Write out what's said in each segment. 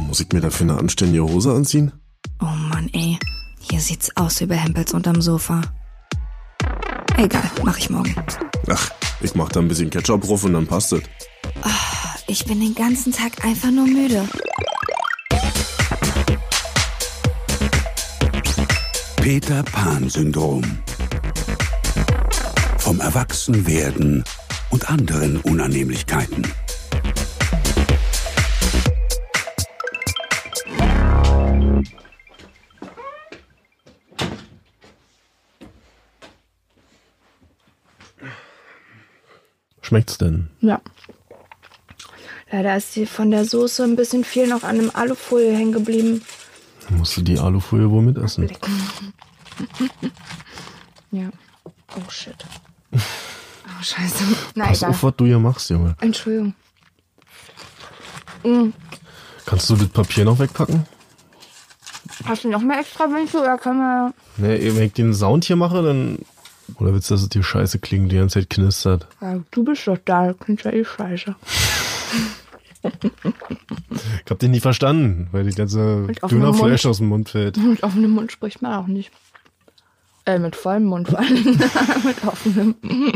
Muss ich mir dafür eine anständige Hose anziehen? Oh Mann, ey. Hier sieht's aus wie bei Hempels unterm Sofa. Egal, mach ich morgen. Ach, ich mach da ein bisschen Ketchup drauf und dann passt es. Oh, ich bin den ganzen Tag einfach nur müde. Peter-Pan-Syndrom. Vom Erwachsenwerden und anderen Unannehmlichkeiten. Schmeckt's denn? Ja. Leider ist die von der Soße ein bisschen viel noch an dem Alufolie hängen geblieben. Dann musst du die Alufolie wohl mitessen. Ja. Oh shit. Oh scheiße. Na Pass egal. auf, was du hier machst, Junge. Entschuldigung. Kannst du das Papier noch wegpacken? Hast du noch mehr extra Wünsche oder können wir... Ne, wenn ich den Sound hier mache, dann... Oder willst du, dass es dir scheiße klingt, die ganze Zeit knistert? Ja, du bist doch da, das klingt ja eh scheiße. Ich hab den nie verstanden, weil die ganze Mit offenem Dönerfleisch Mund. aus dem Mund fällt. Mit offenem Mund spricht man auch nicht. Mit vollem Mund vor allem. Mit offenem.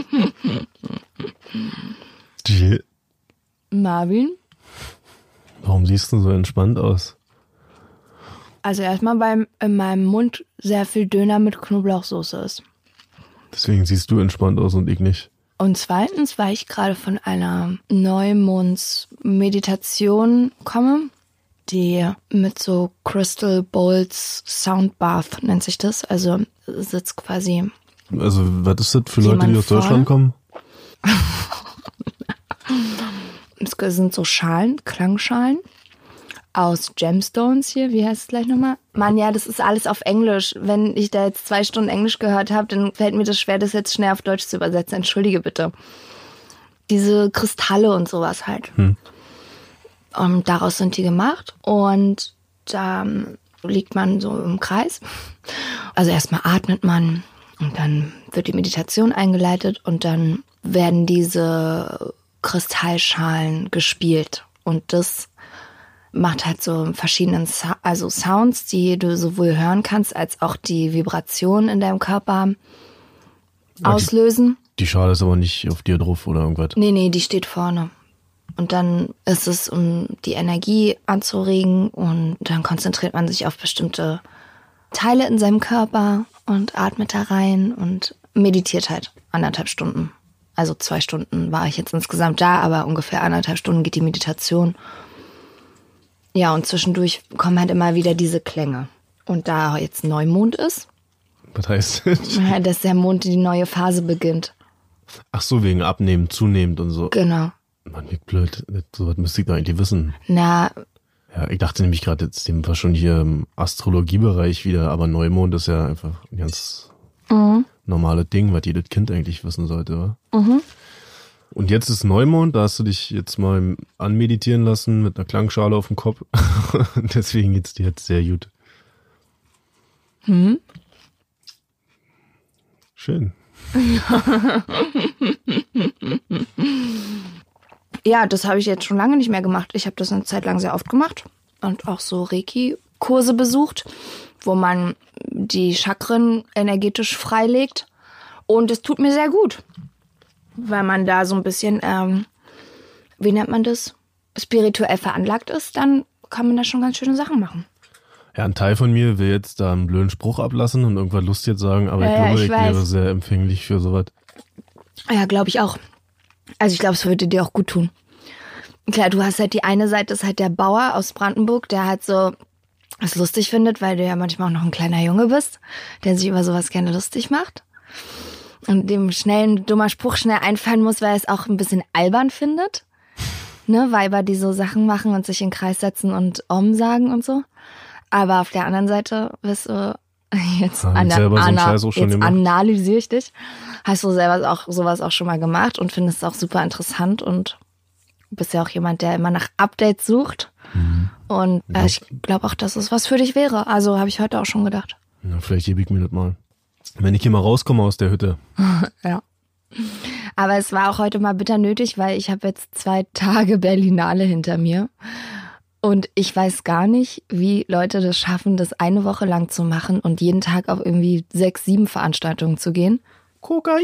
Jill, Marvin? warum siehst du so entspannt aus? Also erstmal, weil in meinem Mund sehr viel Döner mit Knoblauchsoße ist. Deswegen siehst du entspannt aus und ich nicht. Und zweitens, weil ich gerade von einer Neumonds-Meditation komme, die mit so Crystal Bowls Soundbath nennt sich das. Also sitzt quasi... Also, was ist das für Leute, die Jemand aus Deutschland kommen? Es sind so Schalen, Klangschalen aus Gemstones hier. Wie heißt es gleich nochmal? Mann, ja, das ist alles auf Englisch. Wenn ich da jetzt 2 Stunden Englisch gehört habe, dann fällt mir das schwer, das jetzt schnell auf Deutsch zu übersetzen. Entschuldige bitte. Diese Kristalle und sowas halt. Und daraus sind die gemacht. Und da liegt man so im Kreis. Also erstmal atmet man und dann wird die Meditation eingeleitet und dann werden diese Kristallschalen gespielt. Und das macht halt so verschiedenen Sounds, die du sowohl hören kannst, als auch die Vibrationen in deinem Körper auslösen. Die Schale ist aber nicht auf dir drauf oder irgendwas. Nee, die steht vorne. Und dann ist es, um die Energie anzuregen und dann konzentriert man sich auf bestimmte Teile in seinem Körper und atmet da rein und meditiert halt 1,5 Stunden. Also 2 Stunden war ich jetzt insgesamt da, aber ungefähr 1,5 Stunden geht die Meditation. Ja, und zwischendurch kommen halt immer wieder diese Klänge. Und da jetzt Neumond ist, Was heißt das? dass der Mond die neue Phase beginnt. Ach so, wegen Abnehmen, zunehmend und so. Genau. Mann, wie blöd. So was müsste ich doch eigentlich wissen. Na, Ja, ich dachte nämlich gerade, jetzt sind wir schon hier im Astrologiebereich wieder, aber Neumond ist ja einfach ein ganz normales Ding, was jedes Kind eigentlich wissen sollte, oder? Und jetzt ist Neumond, da hast du dich jetzt mal anmeditieren lassen mit einer Klangschale auf dem Kopf. Und deswegen geht's dir jetzt sehr gut. Schön. ja, das habe ich jetzt schon lange nicht mehr gemacht. Ich habe das eine Zeit lang sehr oft gemacht und auch so Reiki-Kurse besucht, wo man die Chakren energetisch freilegt. Und es tut mir sehr gut, weil man da so ein bisschen, wie nennt man das, spirituell veranlagt ist, dann kann man da schon ganz schöne Sachen machen. Ja, ein Teil von mir will jetzt da einen blöden Spruch ablassen und irgendwas lustig sagen, aber ich glaube, ich wäre sehr empfänglich für sowas. Ja, glaube ich auch. Also ich glaube, es würde dir auch gut tun. Klar, du hast halt die eine Seite, ist halt der Bauer aus Brandenburg, der halt so es lustig findet, weil du ja manchmal auch noch ein kleiner Junge bist, der sich über sowas gerne lustig macht. Und dem schnell ein dummer Spruch schnell einfallen muss, weil er es auch ein bisschen albern findet. Ne, Weiber, die so Sachen machen und sich in den Kreis setzen und Om sagen und so. Aber auf der anderen Seite wirst du jetzt, analysiere ich dich, hast du selber auch sowas auch schon mal gemacht und findest es auch super interessant und bist ja auch jemand, der immer nach Updates sucht. Und ich glaube auch, dass es was für dich wäre. Also habe ich heute auch schon gedacht. Ja, vielleicht gebe ich mir das mal. Wenn ich hier mal rauskomme aus der Hütte. Ja. Aber es war auch heute mal bitter nötig, weil ich habe jetzt 2 Tage Berlinale hinter mir. Und ich weiß gar nicht, wie Leute das schaffen, das eine Woche lang zu machen und jeden Tag auf irgendwie 6, 7 Veranstaltungen zu gehen. Kokain?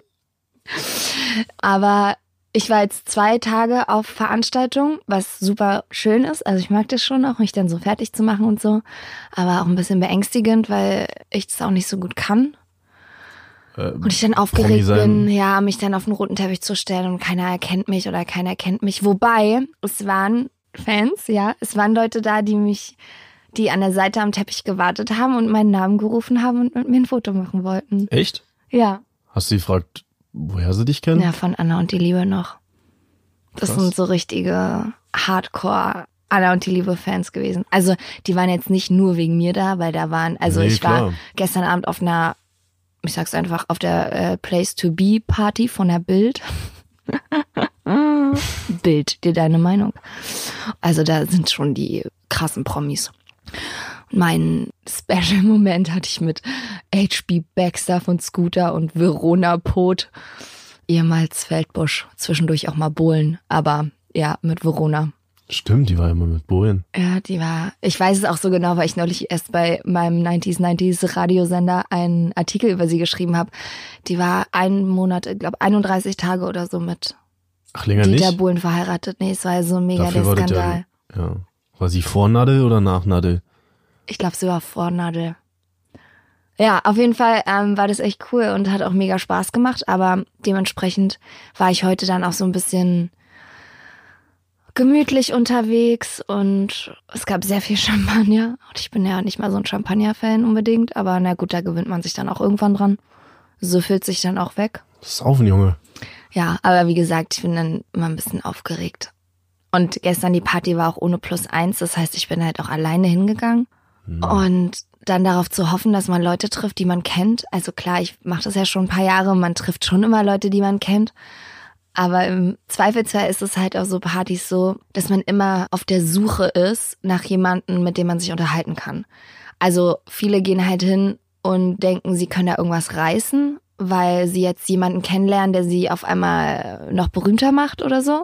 Aber ich war jetzt 2 Tage auf Veranstaltungen, was super schön ist. Also ich mag das schon auch, mich dann so fertig zu machen und so. Aber auch ein bisschen beängstigend, weil ich das auch nicht so gut kann. Und ich dann aufgeregt bin, ja, mich dann auf den roten Teppich zu stellen und keiner erkennt mich. Wobei, es waren Fans, ja, es waren Leute da, die an der Seite am Teppich gewartet haben und meinen Namen gerufen haben und mit mir ein Foto machen wollten. Echt? Ja. Hast du gefragt, woher sie dich kennen? Ja, von Anna und die Liebe noch. Das Krass. sind so richtige Hardcore Anna und die Liebe Fans gewesen. Also die waren jetzt nicht nur wegen mir da, weil da waren, also ich war gestern Abend auf einer, ich sag's einfach, auf der Place to Be Party von der Bild. Bild dir deine Meinung. Also da sind schon die krassen Promis. Meinen Special-Moment hatte ich mit HB Baxter von Scooter und Verona Poth, ehemals Feldbusch, zwischendurch auch mal Bohlen, aber ja, mit Verona. Stimmt, die war immer mit Bohlen. Ja, die war, ich weiß es auch so genau, weil ich neulich erst bei meinem 90s Radiosender einen Artikel über sie geschrieben habe. Die war einen Monat, ich glaube 31 Tage oder so mit Dieter nicht? Bohlen verheiratet. Nee, es war ja so mega Dafür der Skandal. Ja. War sie vor Nadel oder nach Nadel? Ich glaube, sie war vor Nadel. Ja, auf jeden Fall war das echt cool und hat auch mega Spaß gemacht, aber dementsprechend war ich heute dann auch so ein bisschen gemütlich unterwegs und es gab sehr viel Champagner. Und ich bin ja nicht mal so ein Champagner-Fan unbedingt, aber na gut, da gewöhnt man sich dann auch irgendwann dran. So fühlt sich dann auch weg. Saufen, Junge. Ja, aber wie gesagt, ich bin dann immer ein bisschen aufgeregt. Und gestern die Party war auch ohne +1, das heißt, ich bin halt auch alleine hingegangen. Und dann darauf zu hoffen, dass man Leute trifft, die man kennt. Also klar, ich mache das ja schon ein paar Jahre, man trifft schon immer Leute, die man kennt. Aber im Zweifelsfall ist es halt auf so Partys so, dass man immer auf der Suche ist nach jemandem, mit dem man sich unterhalten kann. Also viele gehen halt hin und denken, sie können da irgendwas reißen, weil sie jetzt jemanden kennenlernen, der sie auf einmal noch berühmter macht oder so.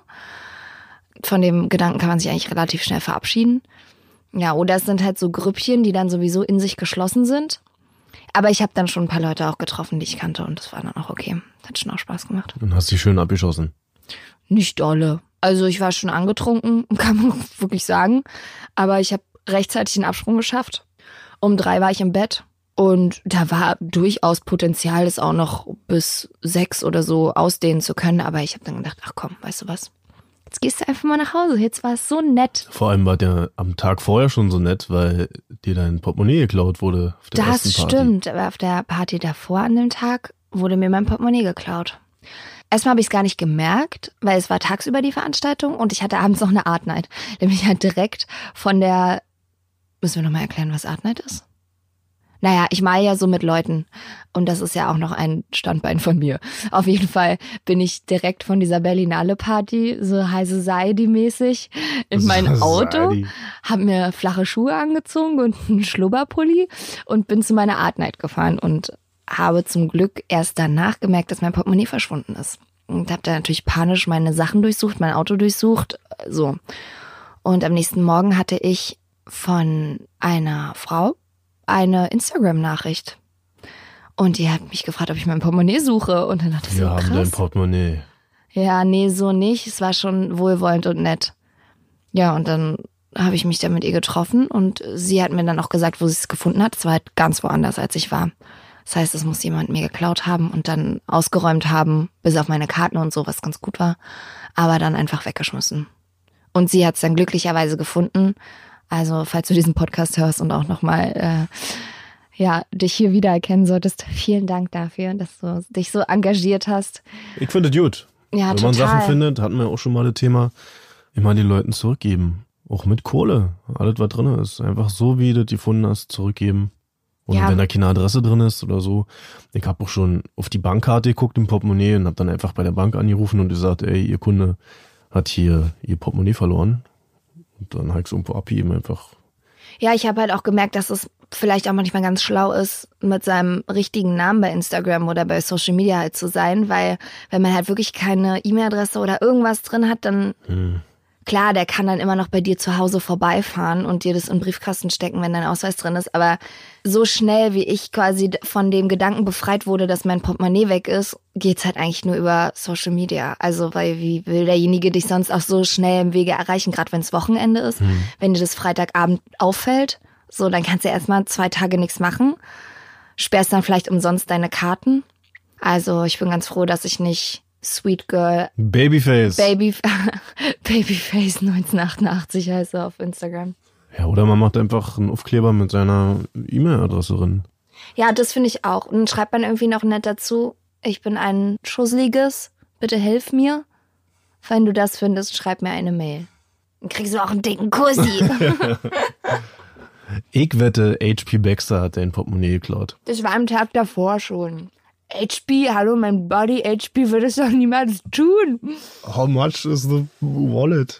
Von dem Gedanken kann man sich eigentlich relativ schnell verabschieden. Ja, oder es sind halt so Grüppchen, die dann sowieso in sich geschlossen sind. Aber ich habe dann schon ein paar Leute auch getroffen, die ich kannte und das war dann auch okay. Hat schon auch Spaß gemacht. Und hast dich schön abgeschossen? Nicht dolle. Also ich war schon angetrunken, kann man wirklich sagen. Aber ich habe rechtzeitig den Absprung geschafft. Um 3 war ich im Bett. Und da war durchaus Potenzial, das auch noch bis 6 oder so ausdehnen zu können. Aber ich habe dann gedacht, ach komm, weißt du was? Jetzt gehst du einfach mal nach Hause. Jetzt war es so nett. Vor allem war der am Tag vorher schon so nett, weil dir dein Portemonnaie geklaut wurde auf der ersten Party. Das stimmt, aber auf der Party davor an dem Tag wurde mir mein Portemonnaie geklaut. Erstmal habe ich es gar nicht gemerkt, weil es war tagsüber die Veranstaltung und ich hatte abends noch eine Art Night. Nämlich halt direkt von der... Müssen wir nochmal erklären, was Art Night ist? Naja, ich male ja so mit Leuten und das ist ja auch noch ein Standbein von mir. Auf jeden Fall bin ich direkt von dieser Berlinale Party, so High Society-mäßig, in mein Auto, habe mir flache Schuhe angezogen und einen Schlubberpulli und bin zu meiner Art Night gefahren und habe zum Glück erst danach gemerkt, dass mein Portemonnaie verschwunden ist. Und habe dann natürlich panisch meine Sachen durchsucht, mein Auto durchsucht, so. Und am nächsten Morgen hatte ich von einer Frau eine Instagram-Nachricht. Und die hat mich gefragt, ob ich mein Portemonnaie suche. Und dann dachte ich so, krass. Wir haben dein Portemonnaie. Ja, nee, so nicht. Es war schon wohlwollend und nett. Ja, und dann habe ich mich dann mit ihr getroffen und sie hat mir dann auch gesagt, wo sie es gefunden hat. Es war halt ganz woanders, als ich war. Das heißt, es muss jemand mir geklaut haben und dann ausgeräumt haben, bis auf meine Karten und so, was ganz gut war. Aber dann einfach weggeschmissen. Und sie hat es dann glücklicherweise gefunden. Also, falls du diesen Podcast hörst und auch nochmal dich hier wiedererkennen solltest, vielen Dank dafür, dass du dich so engagiert hast. Ich finde es gut. Ja, wenn total. Man Sachen findet, hatten wir auch schon mal das Thema, immer den Leuten zurückgeben. Auch mit Kohle. Alles, was drin ist. Einfach so, wie du das gefunden hast, zurückgeben. Und wenn da keine Adresse drin ist oder so. Ich habe auch schon auf die Bankkarte geguckt im Portemonnaie und habe dann einfach bei der Bank angerufen und gesagt, ey, ihr Kunde hat hier ihr Portemonnaie verloren. Und dann halt so irgendwo abgeben einfach. Ja, ich habe halt auch gemerkt, dass es vielleicht auch manchmal ganz schlau ist, mit seinem richtigen Namen bei Instagram oder bei Social Media halt zu sein, weil wenn man halt wirklich keine E-Mail-Adresse oder irgendwas drin hat, dann Klar, der kann dann immer noch bei dir zu Hause vorbeifahren und dir das in den Briefkasten stecken, wenn dein Ausweis drin ist. Aber so schnell, wie ich quasi von dem Gedanken befreit wurde, dass mein Portemonnaie weg ist, geht's halt eigentlich nur über Social Media. Also, weil wie will derjenige dich sonst auch so schnell im Wege erreichen, gerade wenn es Wochenende ist, wenn dir das Freitagabend auffällt, so, dann kannst du erstmal 2 Tage nichts machen, sperrst dann vielleicht umsonst deine Karten. Also, ich bin ganz froh, dass ich nicht Sweet Girl Babyface 1988 heißt er auf Instagram. Ja, oder man macht einfach einen Aufkleber mit seiner E-Mail-Adresse drin. Ja, das finde ich auch. Und dann schreibt man irgendwie noch nett dazu, ich bin ein Schusseliges, bitte hilf mir. Wenn du das findest, schreib mir eine Mail. Dann kriegst du auch einen dicken Kussi. Ich wette, HP Baxter hat dein Portemonnaie geklaut. Das war am Tag davor schon. HP, hallo, mein Buddy, HP würde es doch niemals tun. How much is the wallet?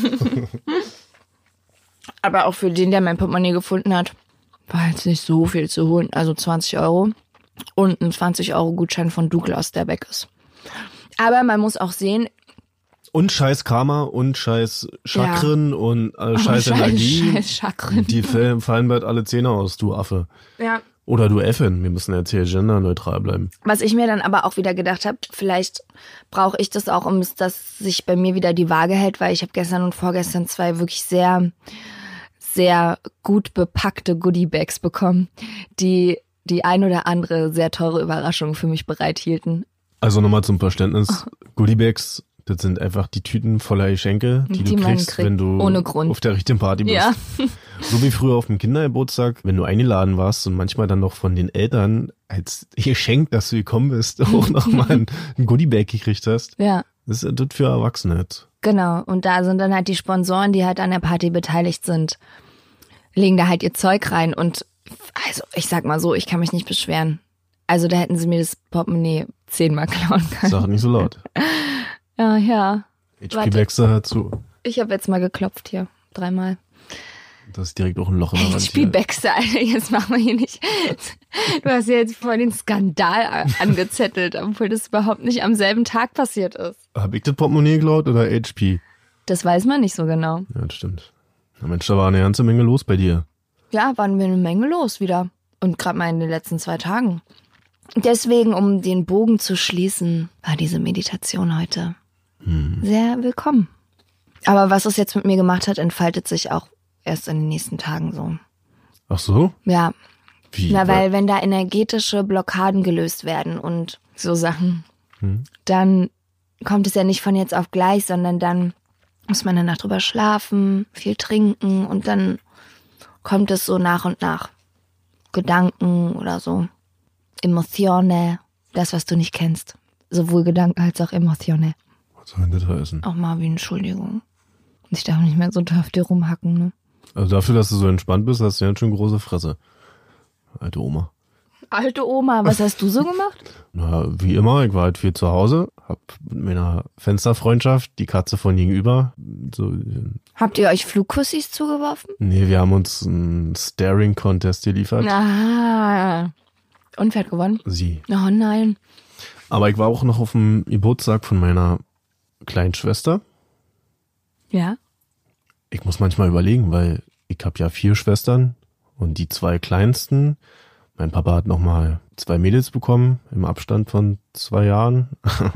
Aber auch für den, der mein Portemonnaie gefunden hat, war jetzt nicht so viel zu holen. Also 20 € und ein 20-€-Gutschein von Douglas, der weg ist. Aber man muss auch sehen... Und scheiß Karma und scheiß Chakren und scheiß Energie. Scheiß Chakren. Die fallen bald alle Zähne aus, du Affe. Ja. Oder du Äffin, wir müssen jetzt hier genderneutral bleiben. Was ich mir dann aber auch wieder gedacht habe, vielleicht brauche ich das auch, dass sich bei mir wieder die Waage hält, weil ich habe gestern und vorgestern 2 wirklich sehr, sehr gut bepackte Goodie-Bags bekommen, die ein oder andere sehr teure Überraschung für mich bereithielten. Also nochmal zum Verständnis, Goodie-Bags, das sind einfach die Tüten voller Geschenke, die du kriegst, wenn du ohne Grund auf der richtigen Party bist. Ja. So wie früher auf dem Kindergeburtstag, wenn du eingeladen warst und manchmal dann noch von den Eltern als Geschenk, dass du gekommen bist, auch nochmal ein Goodiebag gekriegt hast. Ja. Das ist das für Erwachsene. Genau. Und da sind dann halt die Sponsoren, die halt an der Party beteiligt sind, legen da halt ihr Zeug rein. Und also ich sag mal so, ich kann mich nicht beschweren. Also da hätten sie mir das Portemonnaie 10-mal klauen können. Sag nicht so laut. Ja. HP Baxter hört zu. Ich habe jetzt mal geklopft hier. 3-mal. Das ist direkt auch ein Loch in der Wand. HP Baxter, Alter, jetzt machen wir hier nicht. Du hast ja jetzt voll den Skandal angezettelt, obwohl das überhaupt nicht am selben Tag passiert ist. Hab ich das Portemonnaie geklaut oder HP? Das weiß man nicht so genau. Ja, das stimmt. Na Mensch, da war eine ganze Menge los bei dir. Ja, waren wir eine Menge los wieder. Und gerade mal in den letzten 2 Tagen. Deswegen, um den Bogen zu schließen, war diese Meditation heute sehr willkommen. Aber was es jetzt mit mir gemacht hat, entfaltet sich auch erst in den nächsten Tagen so. Ach so? Ja. Wie? Na, weil wenn da energetische Blockaden gelöst werden und so Sachen, dann kommt es ja nicht von jetzt auf gleich, sondern dann muss man eine Nacht drüber schlafen, viel trinken und dann kommt es so nach und nach. Gedanken oder so. Emotionen, das, was du nicht kennst. Sowohl Gedanken als auch Emotionen. Was soll denn das heißen? Auch Marvin, Entschuldigung. Ich darf nicht mehr so auf dir rumhacken, ne? Also dafür, dass du so entspannt bist, hast du ja eine schön große Fresse. Alte Oma. Alte Oma, was hast du so gemacht? Na, wie immer, ich war halt viel zu Hause, hab mit meiner Fensterfreundschaft die Katze von gegenüber. So, Habt ihr euch Flugkussis zugeworfen? nee, wir haben uns einen Staring-Contest geliefert. Ah. Und wer hat gewonnen? Sie. Oh nein. Aber ich war auch noch auf dem Geburtstag von meiner kleinen Schwester. Ja? Ich muss manchmal überlegen, weil ich habe ja 4 Schwestern und die 2 kleinsten. Mein Papa hat nochmal 2 Mädels bekommen im Abstand von 2 Jahren.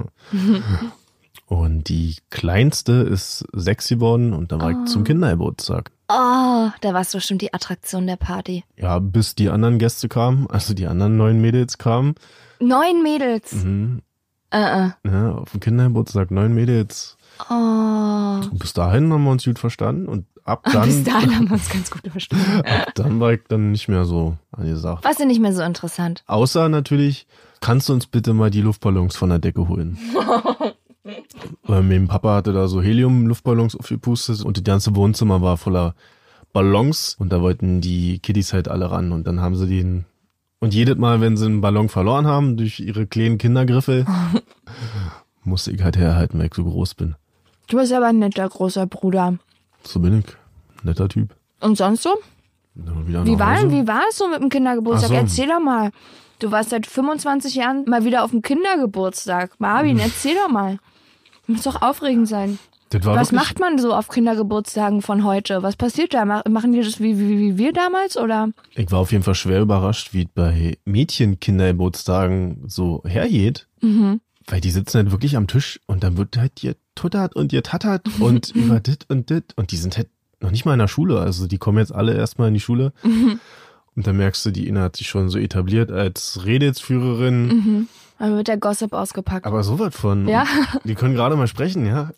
Und die kleinste ist 6 geworden und da war ich zum Kindergeburtstag. Oh, da warst du bestimmt die Attraktion der Party. Ja, bis die anderen Gäste kamen, also die anderen 9 Mädels kamen. 9 Mädels. Ja, auf dem Kindergeburtstag 9 Mädels. Oh. Und bis dahin haben wir uns gut verstanden und ab dann, Bis dahin haben wir uns ganz gut verstanden. ab dann war ich dann nicht mehr so angesagt. Warst du nicht mehr so interessant? Außer natürlich, kannst du uns bitte mal die Luftballons von der Decke holen? Weil mein Papa hatte da so Helium-Luftballons aufgepustet und das ganze Wohnzimmer war voller Ballons und da wollten die Kiddies halt alle ran und dann haben sie den und jedes Mal, wenn sie einen Ballon verloren haben durch ihre kleinen Kindergriffe, musste ich halt herhalten, weil ich so groß bin. Du bist aber ein netter großer Bruder. So bin ich. Netter Typ. Und sonst so? Dann wieder Wie nach Hause. war es so mit dem Kindergeburtstag? Ach so. Erzähl doch mal. Du warst seit 25 Jahren mal wieder auf dem Kindergeburtstag. Marvin, erzähl doch mal. Muss doch aufregend sein. Was macht man so auf Kindergeburtstagen von heute? Was passiert da? Machen die das wie wir damals, oder? Ich war auf jeden Fall schwer überrascht, wie bei Mädchen-Kindergeburtstagen so hergeht. Mhm. Weil die sitzen halt wirklich am Tisch und dann wird halt ihr tuttert und ihr tattert und über dit und dit. Und die sind halt noch nicht mal in der Schule. Also die kommen jetzt alle erstmal in die Schule. Mhm. Und dann merkst du, die Ina hat sich schon so etabliert als Redelsführerin. Mhm. Dann wird der Gossip ausgepackt. Aber so was von. Ja. Die können gerade mal sprechen, ja.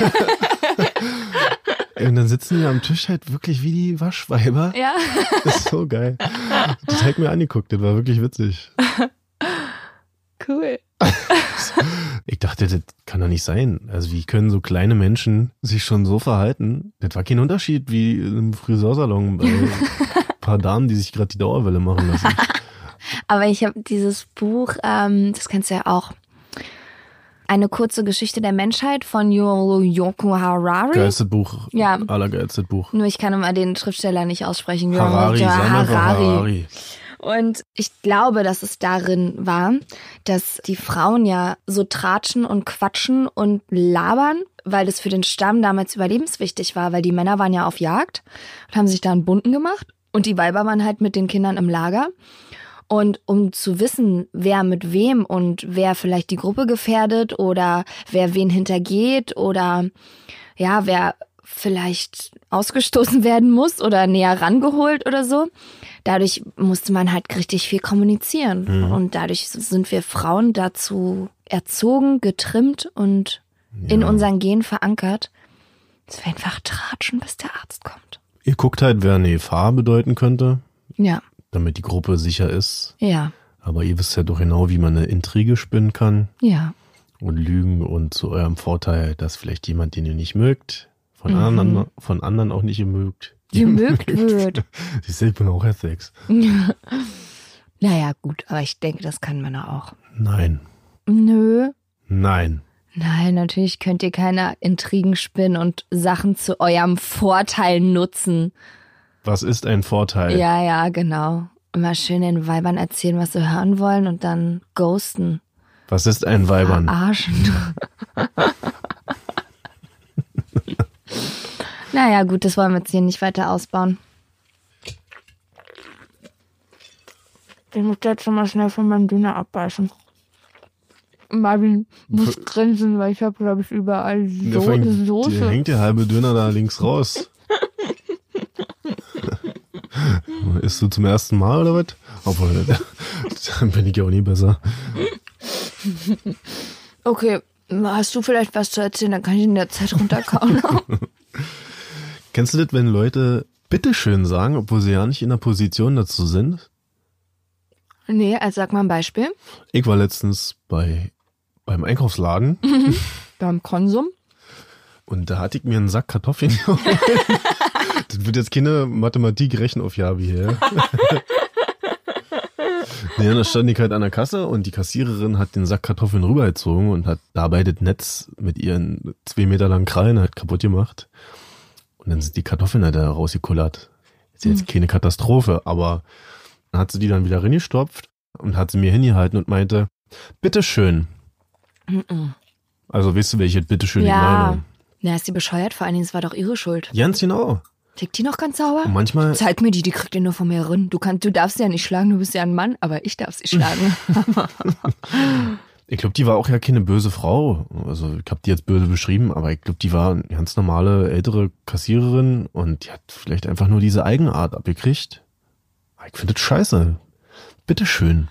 Und dann sitzen die am Tisch halt wirklich wie die Waschweiber. Ja. Das ist so geil. Das habe ich mir angeguckt, das war wirklich witzig. Cool. Ich dachte, das kann doch nicht sein. Also wie können so kleine Menschen sich schon so verhalten? Das war kein Unterschied wie im Friseursalon bei ein paar Damen, die sich gerade die Dauerwelle machen lassen. Aber ich habe dieses Buch, das kennst du ja auch, Eine kurze Geschichte der Menschheit von Yuval Harari. Geilstes Buch, ja. Allergeilstes Buch. Nur ich kann immer den Schriftsteller nicht aussprechen. Harari. Und ich glaube, dass es darin war, dass die Frauen ja so tratschen und quatschen und labern, weil das für den Stamm damals überlebenswichtig war, weil die Männer waren ja auf Jagd und haben sich da einen Bunten gemacht und die Weiber waren halt mit den Kindern im Lager. Und um zu wissen, wer mit wem und wer vielleicht die Gruppe gefährdet oder wer wen hintergeht oder ja, wer vielleicht ausgestoßen werden muss oder näher rangeholt oder so. Dadurch musste man halt richtig viel kommunizieren. Mhm. Und dadurch sind wir Frauen dazu erzogen, getrimmt und in unseren Genen verankert, dass wir einfach tratschen, bis der Arzt kommt. Ihr guckt halt, wer eine Gefahr bedeuten könnte. Ja. Damit die Gruppe sicher ist. Ja. Aber ihr wisst ja doch genau, wie man eine Intrige spinnen kann. Ja. Und lügen und zu eurem Vorteil, dass vielleicht jemand, den ihr nicht mögt, von anderen auch nicht mögt. Gemögt wird. Siehst du, ich bin auch Sex. Naja, gut, aber ich denke, das kann Männer auch. Nein. Nö. Nein. Nein, natürlich könnt ihr keine Intrigen spinnen und Sachen zu eurem Vorteil nutzen. Was ist ein Vorteil? Ja, genau. Immer schön den Weibern erzählen, was sie hören wollen und dann ghosten. Was ist ein Weibern? Verarschen. Naja, gut, das wollen wir jetzt hier nicht weiter ausbauen. Ich muss jetzt schon mal schnell von meinem Döner abbeißen. Marvin muss grinsen, weil ich habe, glaube ich, überall Soße. Dir hängt der halbe Döner da links raus. Isst du zum ersten Mal oder was? Obwohl, dann bin ich ja auch nie besser. Okay, hast du vielleicht was zu erzählen? Dann kann ich in der Zeit runterkauen. Kennst du das, wenn Leute bitteschön sagen, obwohl sie ja nicht in der Position dazu sind? Nee, also sag mal ein Beispiel. Ich war letztens beim Einkaufsladen. Beim Konsum. Und da hatte ich mir einen Sack Kartoffeln geholt. Das wird jetzt keine Mathematik-Rechenaufgabe hier. Nee, da stand ich halt an der Kasse und die Kassiererin hat den Sack Kartoffeln rübergezogen und hat dabei das Netz mit ihren 2 Meter langen Krallen halt kaputt gemacht. Und dann sind die Kartoffeln halt da rausgekullert. Ist jetzt keine Katastrophe, aber dann hat sie die dann wieder reingestopft und hat sie mir hingehalten und meinte, bitteschön. Also weißt du, welche bitteschön ich meine? Ja, ist die bescheuert? Vor allen Dingen, es war doch ihre Schuld. Ganz genau. Tickt die noch ganz sauber? Und manchmal... Zeig mir die kriegt ihr nur von mir rin. Du darfst sie ja nicht schlagen, du bist ja ein Mann, aber ich darf sie schlagen. Ich glaube, die war auch ja keine böse Frau. Also ich habe die jetzt böse beschrieben, aber ich glaube, die war eine ganz normale ältere Kassiererin und die hat vielleicht einfach nur diese Eigenart abgekriegt. Ich finde das scheiße. Bitteschön.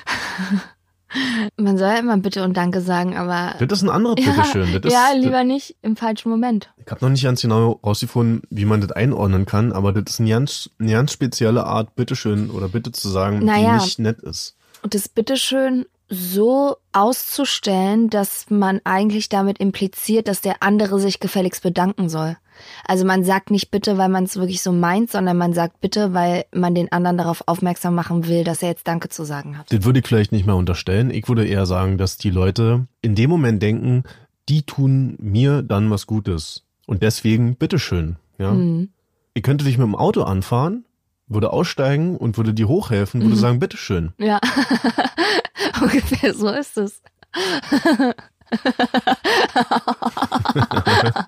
Man soll ja immer Bitte und Danke sagen, aber... Das ist ein anderes Bitteschön. Das ist, lieber nicht im falschen Moment. Ich habe noch nicht ganz genau rausgefunden, wie man das einordnen kann, aber das ist eine ganz spezielle Art, Bitteschön oder Bitte zu sagen, die nicht nett ist. Und das Bitteschön so auszustellen, dass man eigentlich damit impliziert, dass der andere sich gefälligst bedanken soll. Also man sagt nicht Bitte, weil man es wirklich so meint, sondern man sagt Bitte, weil man den anderen darauf aufmerksam machen will, dass er jetzt Danke zu sagen hat. Das würde ich vielleicht nicht mehr unterstellen. Ich würde eher sagen, dass die Leute in dem Moment denken, die tun mir dann was Gutes. Und deswegen bitteschön. Ja? Ich könnte dich mit dem Auto anfahren, würde aussteigen und würde dir hochhelfen, würde sagen, bitteschön. Ja, ungefähr so ist es.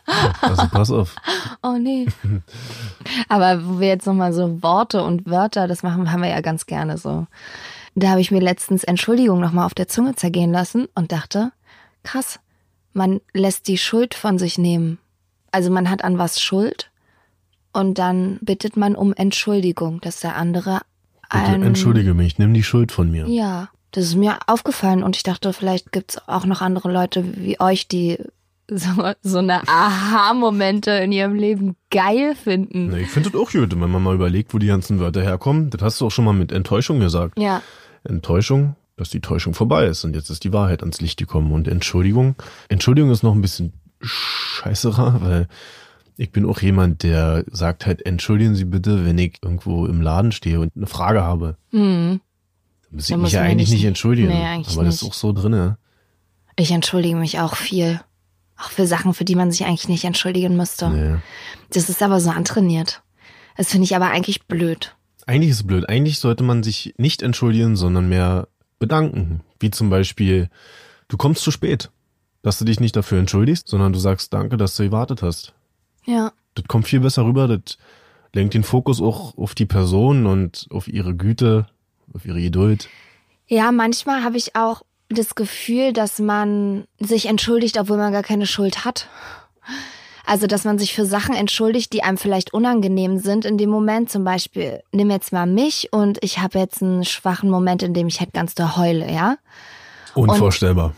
Also pass auf. Oh nee. Aber wo wir jetzt nochmal so Worte und Wörter, das haben wir ja ganz gerne so. Da habe ich mir letztens Entschuldigung nochmal auf der Zunge zergehen lassen und dachte, krass, man lässt die Schuld von sich nehmen. Also man hat an was Schuld und dann bittet man um Entschuldigung, dass der andere Entschuldige mich, nimm die Schuld von mir. Ja, das ist mir aufgefallen und ich dachte, vielleicht gibt's auch noch andere Leute wie euch, die so eine Aha-Momente in ihrem Leben geil finden. Ich finde das auch gut, wenn man mal überlegt, wo die ganzen Wörter herkommen. Das hast du auch schon mal mit Enttäuschung gesagt. Ja. Enttäuschung, dass die Täuschung vorbei ist und jetzt ist die Wahrheit ans Licht gekommen. Und Entschuldigung ist noch ein bisschen scheißerer, weil ich bin auch jemand, der sagt halt, entschuldigen Sie bitte, wenn ich irgendwo im Laden stehe und eine Frage habe. Dann muss ich mich ja eigentlich nicht entschuldigen. Nee, eigentlich aber das ist auch so drin. Ich entschuldige mich auch viel. Auch für Sachen, für die man sich eigentlich nicht entschuldigen müsste. Nee. Das ist aber so antrainiert. Das finde ich aber eigentlich blöd. Eigentlich ist es blöd. Eigentlich sollte man sich nicht entschuldigen, sondern mehr bedanken. Wie zum Beispiel, du kommst zu spät. Dass du dich nicht dafür entschuldigst, sondern du sagst danke, dass du gewartet hast. Ja. Das kommt viel besser rüber. Das lenkt den Fokus auch auf die Person und auf ihre Güte, auf ihre Geduld. Ja, manchmal habe ich auch das Gefühl, dass man sich entschuldigt, obwohl man gar keine Schuld hat. Also, dass man sich für Sachen entschuldigt, die einem vielleicht unangenehm sind in dem Moment. Zum Beispiel, nimm jetzt mal mich und ich habe jetzt einen schwachen Moment, in dem ich halt ganz doll heule, ja? Unvorstellbar.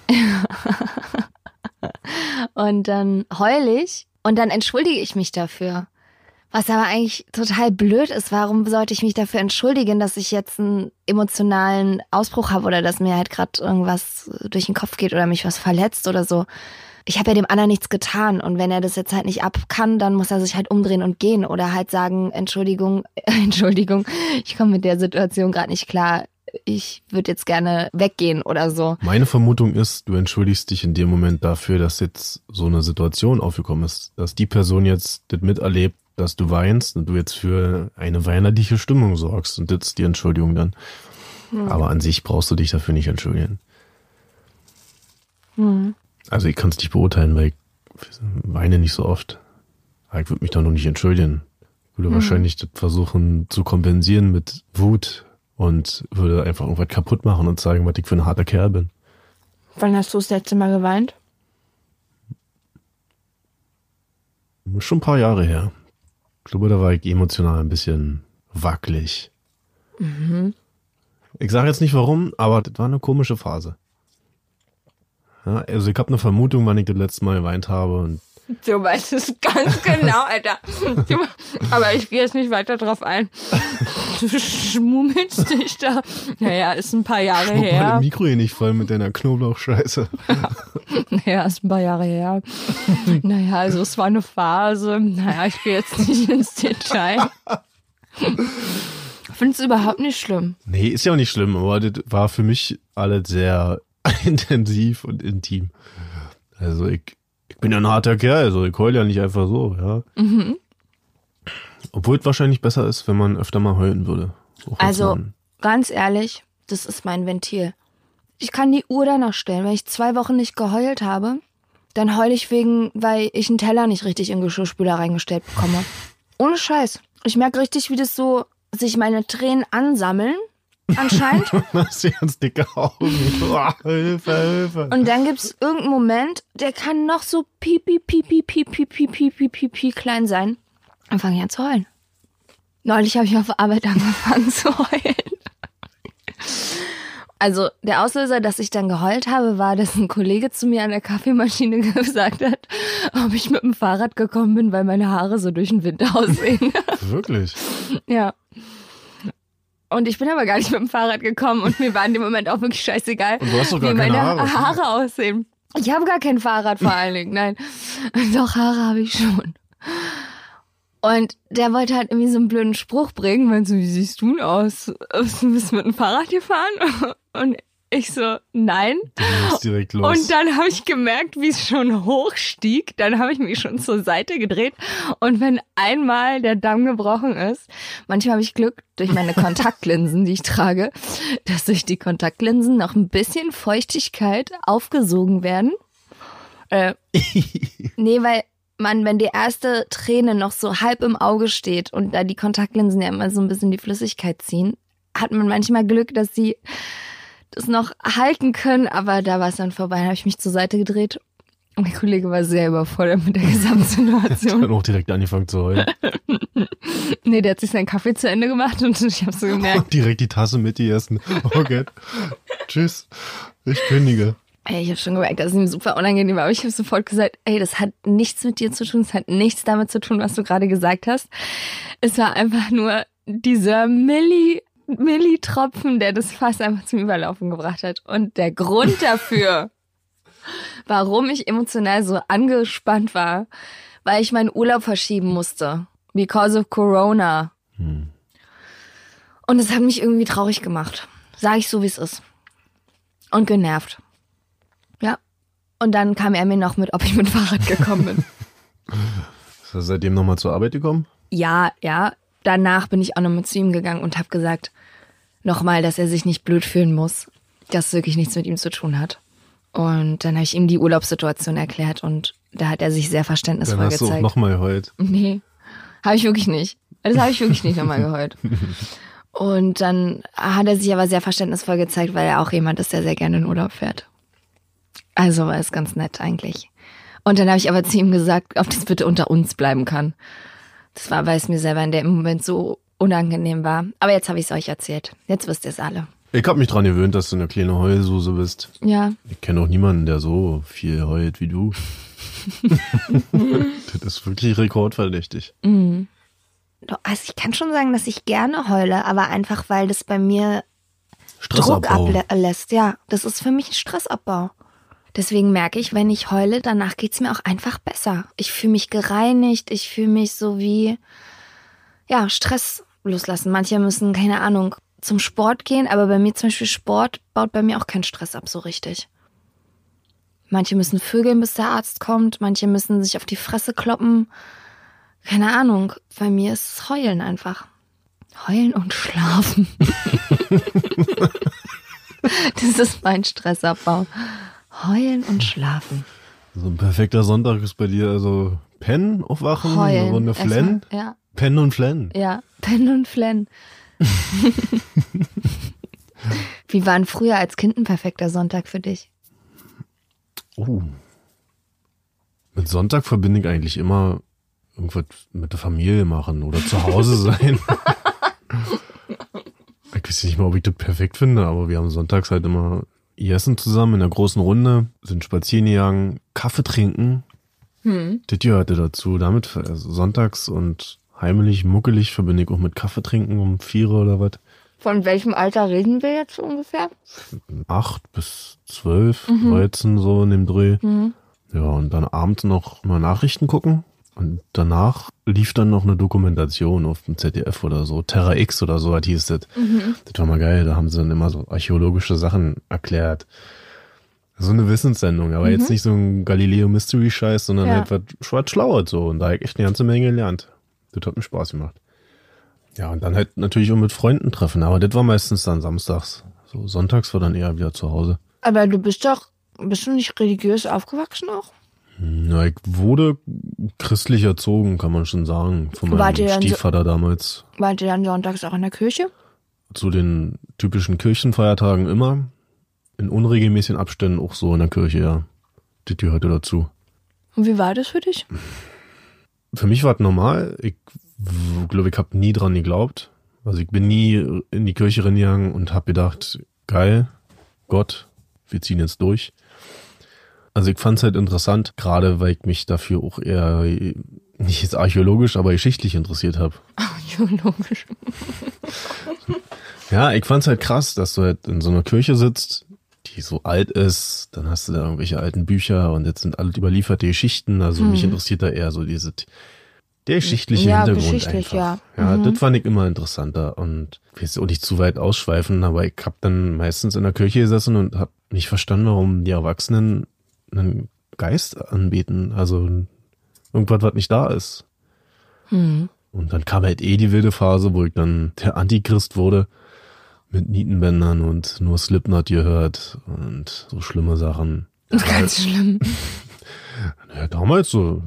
Und dann heule ich und dann entschuldige ich mich dafür. Was aber eigentlich total blöd ist. Warum sollte ich mich dafür entschuldigen, dass ich jetzt einen emotionalen Ausbruch habe oder dass mir halt gerade irgendwas durch den Kopf geht oder mich was verletzt oder so. Ich habe ja dem anderen nichts getan und wenn er das jetzt halt nicht ab kann, dann muss er sich halt umdrehen und gehen oder halt sagen, Entschuldigung, ich komme mit der Situation gerade nicht klar. Ich würde jetzt gerne weggehen oder so. Meine Vermutung ist, du entschuldigst dich in dem Moment dafür, dass jetzt so eine Situation aufgekommen ist, dass die Person jetzt das miterlebt, dass du weinst und du jetzt für eine weinerliche Stimmung sorgst und das ist die Entschuldigung dann. Aber an sich brauchst du dich dafür nicht entschuldigen. Also ich kann es nicht beurteilen, weil ich weine nicht so oft. Aber ich würde mich da noch nicht entschuldigen. Ich würde wahrscheinlich das versuchen zu kompensieren mit Wut und würde einfach irgendwas kaputt machen und zeigen, was ich für ein harter Kerl bin. Wann hast du das letzte Mal geweint? Schon ein paar Jahre her. Ich glaube, da war ich emotional ein bisschen wackelig. Ich sage jetzt nicht warum, aber das war eine komische Phase. Ja, also ich habe eine Vermutung, wann ich das letzte Mal geweint habe. Und du weißt es ganz genau, Alter. Aber ich gehe jetzt nicht weiter drauf ein. Du schmummelst dich da. Naja, ist ein paar Jahre her. Mal das Mikro hier nicht voll mit deiner Knoblauchscheiße. Naja, ist ein paar Jahre her. Naja, also es war eine Phase. Naja, ich gehe jetzt nicht ins Detail. Ich finde es überhaupt nicht schlimm. Nee, ist ja auch nicht schlimm, aber das war für mich alles sehr intensiv und intim. Also ich bin ja ein harter Kerl, also ich heule ja nicht einfach so, ja. Obwohl es wahrscheinlich besser ist, wenn man öfter mal heulen würde. Also, ganz ehrlich, das ist mein Ventil. Ich kann die Uhr danach stellen. Wenn ich 2 Wochen nicht geheult habe, dann heule ich weil ich einen Teller nicht richtig in den Geschirrspüler reingestellt bekomme. Ohne Scheiß. Ich merke richtig, wie das so sich meine Tränen ansammeln. Anscheinend. Das sind ganz dicke Augen. Oh, Hilfe. Und dann gibt's irgendeinen Moment, der kann noch so piep klein sein. Dann fange ich an zu heulen. Neulich habe ich auf Arbeit angefangen zu heulen. Also der Auslöser, dass ich dann geheult habe, war, dass ein Kollege zu mir an der Kaffeemaschine gesagt hat, ob ich mit dem Fahrrad gekommen bin, weil meine Haare so durch den Wind aussehen. Wirklich? Ja. Und ich bin aber gar nicht mit dem Fahrrad gekommen und mir war in dem Moment auch wirklich scheißegal, und du hast doch gar wie meine keine Haare aussehen. Ich habe gar kein Fahrrad vor allen Dingen, nein. Doch, Haare habe ich schon. Und der wollte halt irgendwie so einen blöden Spruch bringen, weil so, wie siehst du denn aus? Du bist mit dem Fahrrad gefahren? Und ich so, nein. Du bist direkt los. Und dann habe ich gemerkt, wie es schon hochstieg. Dann habe ich mich schon zur Seite gedreht. Und wenn einmal der Damm gebrochen ist, manchmal habe ich Glück durch meine Kontaktlinsen, die ich trage, dass durch die Kontaktlinsen noch ein bisschen Feuchtigkeit aufgesogen werden. Nee, weil Mann, wenn die erste Träne noch so halb im Auge steht und da die Kontaktlinsen ja immer so ein bisschen die Flüssigkeit ziehen, hat man manchmal Glück, dass sie das noch halten können, aber da war es dann vorbei. Da habe ich mich zur Seite gedreht und der Kollege war sehr überfordert mit der Gesamtsituation. Der hat auch direkt angefangen zu heulen. Nee, der hat sich seinen Kaffee zu Ende gemacht und ich habe so gemerkt. Direkt die Tasse mit die essen. Okay. Tschüss. Ich kündige. Ey, ich habe schon gemerkt, dass es ihm super unangenehm war, aber ich habe sofort gesagt, ey, das hat nichts mit dir zu tun, es hat nichts damit zu tun, was du gerade gesagt hast. Es war einfach nur dieser Millitropfen, der das Fass einfach zum Überlaufen gebracht hat. Und der Grund dafür, warum ich emotional so angespannt war, weil ich meinen Urlaub verschieben musste. Because of Corona. Und es hat mich irgendwie traurig gemacht. Sag ich so, wie es ist. Und genervt. Ja. Und dann kam er mir noch mit, ob ich mit Fahrrad gekommen bin. Ist er seitdem nochmal zur Arbeit gekommen? Ja. Danach bin ich auch nochmal zu ihm gegangen und habe gesagt, nochmal, dass er sich nicht blöd fühlen muss. Dass wirklich nichts mit ihm zu tun hat. Und dann habe ich ihm die Urlaubssituation erklärt und da hat er sich sehr verständnisvoll gezeigt. Dann hast du auch nochmal geheult. Nee, habe ich wirklich nicht. Das habe ich wirklich nicht nochmal geheult. Und dann hat er sich aber sehr verständnisvoll gezeigt, weil er auch jemand ist, der sehr gerne in Urlaub fährt. Also war es ganz nett eigentlich. Und dann habe ich aber zu ihm gesagt, ob das bitte unter uns bleiben kann. Das war, weil es mir selber in dem Moment so unangenehm war. Aber jetzt habe ich es euch erzählt. Jetzt wisst ihr es alle. Ich habe mich dran gewöhnt, dass du eine kleine Heulsuse bist. Ja. Ich kenne auch niemanden, der so viel heult wie du. Das ist wirklich rekordverdächtig. Mhm. Also ich kann schon sagen, dass ich gerne heule, aber einfach, weil das bei mir Druck ablässt. Ja, das ist für mich ein Stressabbau. Deswegen merke ich, wenn ich heule, danach geht's mir auch einfach besser. Ich fühle mich gereinigt, ich fühle mich so wie, ja, Stress loslassen. Manche müssen, keine Ahnung, zum Sport gehen, aber bei mir zum Beispiel Sport baut bei mir auch keinen Stress ab so richtig. Manche müssen vögeln, bis der Arzt kommt, manche müssen sich auf die Fresse kloppen. Keine Ahnung, bei mir ist es Heulen einfach. Heulen und schlafen. Das ist mein Stressabbau. Heulen und schlafen. So ein perfekter Sonntag ist bei dir also pennen, aufwachen, heulen, eine Runde flennen. Ja. Pennen und flennen. Ja, pennen und flennen. Wie war denn früher als Kind ein perfekter Sonntag für dich? Oh. Mit Sonntag verbinde ich eigentlich immer irgendwas mit der Familie machen oder zu Hause sein. Ich weiß nicht mal, ob ich das perfekt finde, aber wir haben sonntags halt immer gegessen zusammen in einer großen Runde, sind spazieren gegangen, Kaffee trinken. Das gehörte dazu. Damit also sonntags und heimlich, muckelig verbinde ich auch mit Kaffee trinken um 4 oder was. Von welchem Alter reden wir jetzt ungefähr? 8 bis 12, 13 so in dem Dreh. Ja, und dann abends noch mal Nachrichten gucken. Und danach lief dann noch eine Dokumentation auf dem ZDF oder so. Terra X oder so, was hieß das. Das war mal geil, da haben sie dann immer so archäologische Sachen erklärt. So eine Wissenssendung, aber jetzt nicht so ein Galileo-Mystery-Scheiß, sondern halt was Schlaues so. Und da habe ich echt eine ganze Menge gelernt. Das hat mir Spaß gemacht. Ja, und dann halt natürlich auch mit Freunden treffen, aber das war meistens dann samstags. So sonntags war dann eher wieder zu Hause. Aber bist du nicht religiös aufgewachsen auch? Na, ich wurde christlich erzogen, kann man schon sagen, von meinem Stiefvater damals. Wart ihr dann sonntags auch in der Kirche? Zu den typischen Kirchenfeiertagen immer. In unregelmäßigen Abständen auch so in der Kirche, ja. Das gehörte dazu. Und wie war das für dich? Für mich war es normal. Ich glaube, ich habe nie dran geglaubt. Also ich bin nie in die Kirche reingegangen und habe gedacht, geil, Gott, wir ziehen jetzt durch. Also ich fand es halt interessant, gerade weil ich mich dafür auch eher, nicht jetzt archäologisch, aber geschichtlich interessiert habe. Archäologisch. Ja, ich fand es halt krass, dass du halt in so einer Kirche sitzt, die so alt ist, dann hast du da irgendwelche alten Bücher und jetzt sind alle überlieferte Geschichten. Also mich interessiert da eher so der geschichtliche Hintergrund geschichtlich, einfach. Ja, das fand ich immer interessanter und ich will jetzt auch nicht zu weit ausschweifen, aber ich habe dann meistens in der Kirche gesessen und habe nicht verstanden, warum die Erwachsenen einen Geist anbeten, also irgendwas, was nicht da ist. Und dann kam halt die wilde Phase, wo ich dann der Antichrist wurde, mit Nietenbändern und nur Slipknot gehört und so schlimme Sachen. Ganz schlimm. Ja, damals so, ja,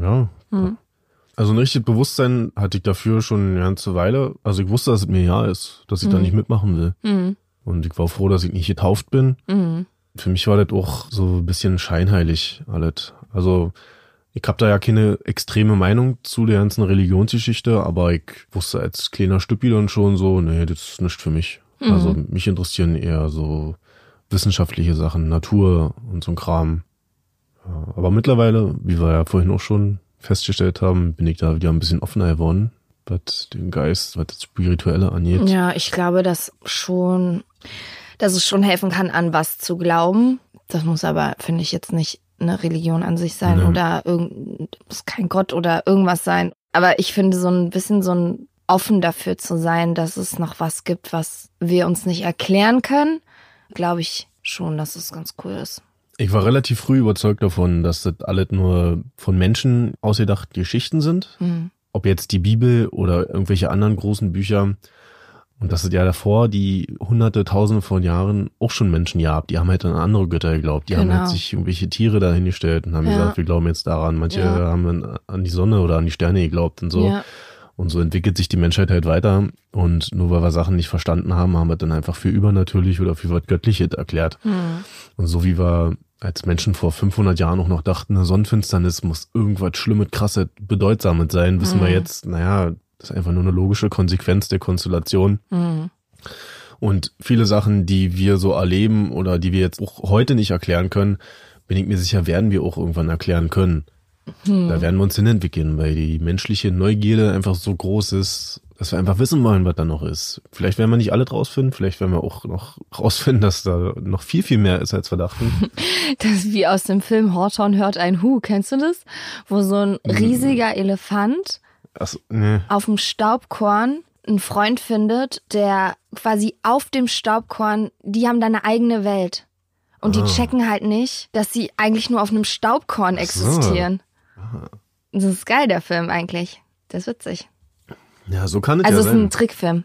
Also ein richtiges Bewusstsein hatte ich dafür schon eine ganze Weile. Also ich wusste, dass es mir ja ist, dass ich da nicht mitmachen will. Und ich war froh, dass ich nicht getauft bin. Für mich war das auch so ein bisschen scheinheilig alles. Also ich habe da ja keine extreme Meinung zu der ganzen Religionsgeschichte, aber ich wusste als kleiner Stüppi dann schon so, nee, das ist nicht für mich. Also mich interessieren eher so wissenschaftliche Sachen, Natur und so ein Kram. Ja, aber mittlerweile, wie wir ja vorhin auch schon festgestellt haben, bin ich da wieder ein bisschen offener geworden, was den Geist, was das Spirituelle angeht. Ja, ich glaube, dass es schon helfen kann, an was zu glauben. Das muss aber, finde ich, jetzt nicht eine Religion an sich sein oder muss kein Gott oder irgendwas sein. Aber ich finde so ein bisschen so ein offen dafür zu sein, dass es noch was gibt, was wir uns nicht erklären können, glaube ich schon, dass es ganz cool ist. Ich war relativ früh überzeugt davon, dass das alles nur von Menschen ausgedachte Geschichten sind. Ob jetzt die Bibel oder irgendwelche anderen großen Bücher. Und dass es ja davor die Hunderte, Tausende von Jahren auch schon Menschen gab. Die haben halt an andere Götter geglaubt. Die haben halt sich irgendwelche Tiere dahingestellt und haben gesagt, wir glauben jetzt daran. Manche haben dann an die Sonne oder an die Sterne geglaubt und so. Ja. Und so entwickelt sich die Menschheit halt weiter. Und nur weil wir Sachen nicht verstanden haben, haben wir dann einfach für übernatürlich oder für was Göttliches erklärt. Und so wie wir als Menschen vor 500 Jahren auch noch dachten, eine Sonnenfinsternis muss irgendwas Schlimmes, Krasses, Bedeutsames sein, wissen wir jetzt, naja, das ist einfach nur eine logische Konsequenz der Konstellation. Und viele Sachen, die wir so erleben oder die wir jetzt auch heute nicht erklären können, bin ich mir sicher, werden wir auch irgendwann erklären können. Da werden wir uns hinentwickeln, weil die menschliche Neugierde einfach so groß ist, dass wir einfach wissen wollen, was da noch ist. Vielleicht werden wir nicht alles rausfinden, vielleicht werden wir auch noch rausfinden, dass da noch viel, viel mehr ist, als wir dachten. Das ist wie aus dem Film Horton hört ein Hu, kennst du das? Wo so ein riesiger Elefant auf dem Staubkorn einen Freund findet, der quasi auf dem Staubkorn, die haben da eine eigene Welt. Und die checken halt nicht, dass sie eigentlich nur auf einem Staubkorn existieren. Das ist geil, der Film eigentlich. Der ist witzig. Ja, so kann es also ja sein. Also es ist ein Trickfilm.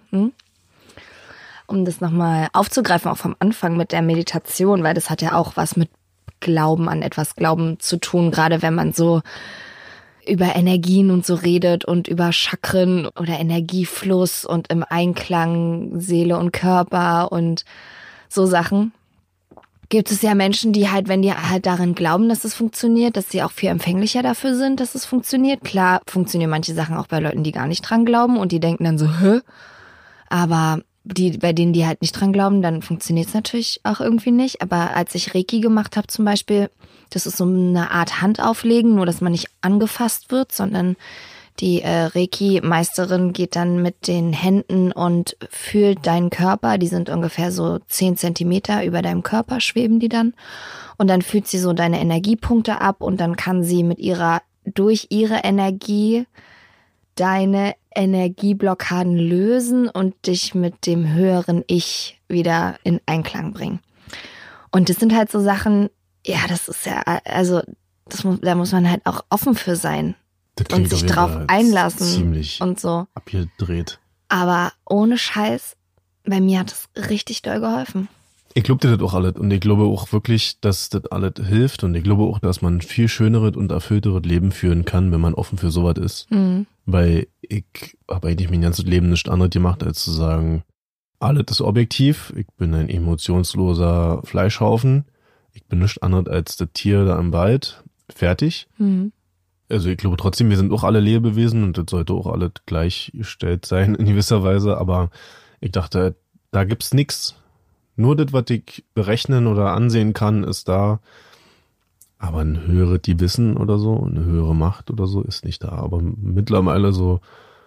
Um das nochmal aufzugreifen, auch vom Anfang mit der Meditation, weil das hat ja auch was mit Glauben an etwas Glauben zu tun, gerade wenn man so über Energien und so redet und über Chakren oder Energiefluss und im Einklang Seele und Körper und so Sachen. Gibt es ja Menschen, die halt, wenn die halt darin glauben, dass es funktioniert, dass sie auch viel empfänglicher dafür sind, dass es funktioniert. Klar, funktionieren manche Sachen auch bei Leuten, die gar nicht dran glauben und die denken dann so, hä? Aber bei denen, die halt nicht dran glauben, dann funktioniert es natürlich auch irgendwie nicht. Aber als ich Reiki gemacht habe zum Beispiel, das ist so eine Art Handauflegen, nur dass man nicht angefasst wird, sondern die Reiki-Meisterin geht dann mit den Händen und fühlt deinen Körper. Die sind ungefähr so 10 Zentimeter über deinem Körper, schweben die dann. Und dann fühlt sie so deine Energiepunkte ab und dann kann sie durch ihre Energie deine Energieblockaden lösen und dich mit dem höheren Ich wieder in Einklang bringen. Und das sind halt so Sachen, ja, das ist ja, also da muss man halt auch offen für sein. Und sich drauf einlassen und so. Abgedreht. Aber ohne Scheiß, bei mir hat es richtig doll geholfen. Ich glaube dir das auch alles und ich glaube auch wirklich, dass das alles hilft und ich glaube auch, dass man viel schöneres und erfüllteres Leben führen kann, wenn man offen für sowas ist. Weil ich habe eigentlich mein ganzes Leben nichts anderes gemacht, als zu sagen, alles ist objektiv, ich bin ein emotionsloser Fleischhaufen, ich bin nichts anderes als das Tier da im Wald, fertig. Also ich glaube trotzdem, wir sind auch alle Lebewesen und das sollte auch alles gleichgestellt sein in gewisser Weise, aber ich dachte, da gibt's nichts. Nur das, was ich berechnen oder ansehen kann, ist da. Aber ein höheres Wissen oder so, eine höhere Macht oder so ist nicht da. Aber mittlerweile so,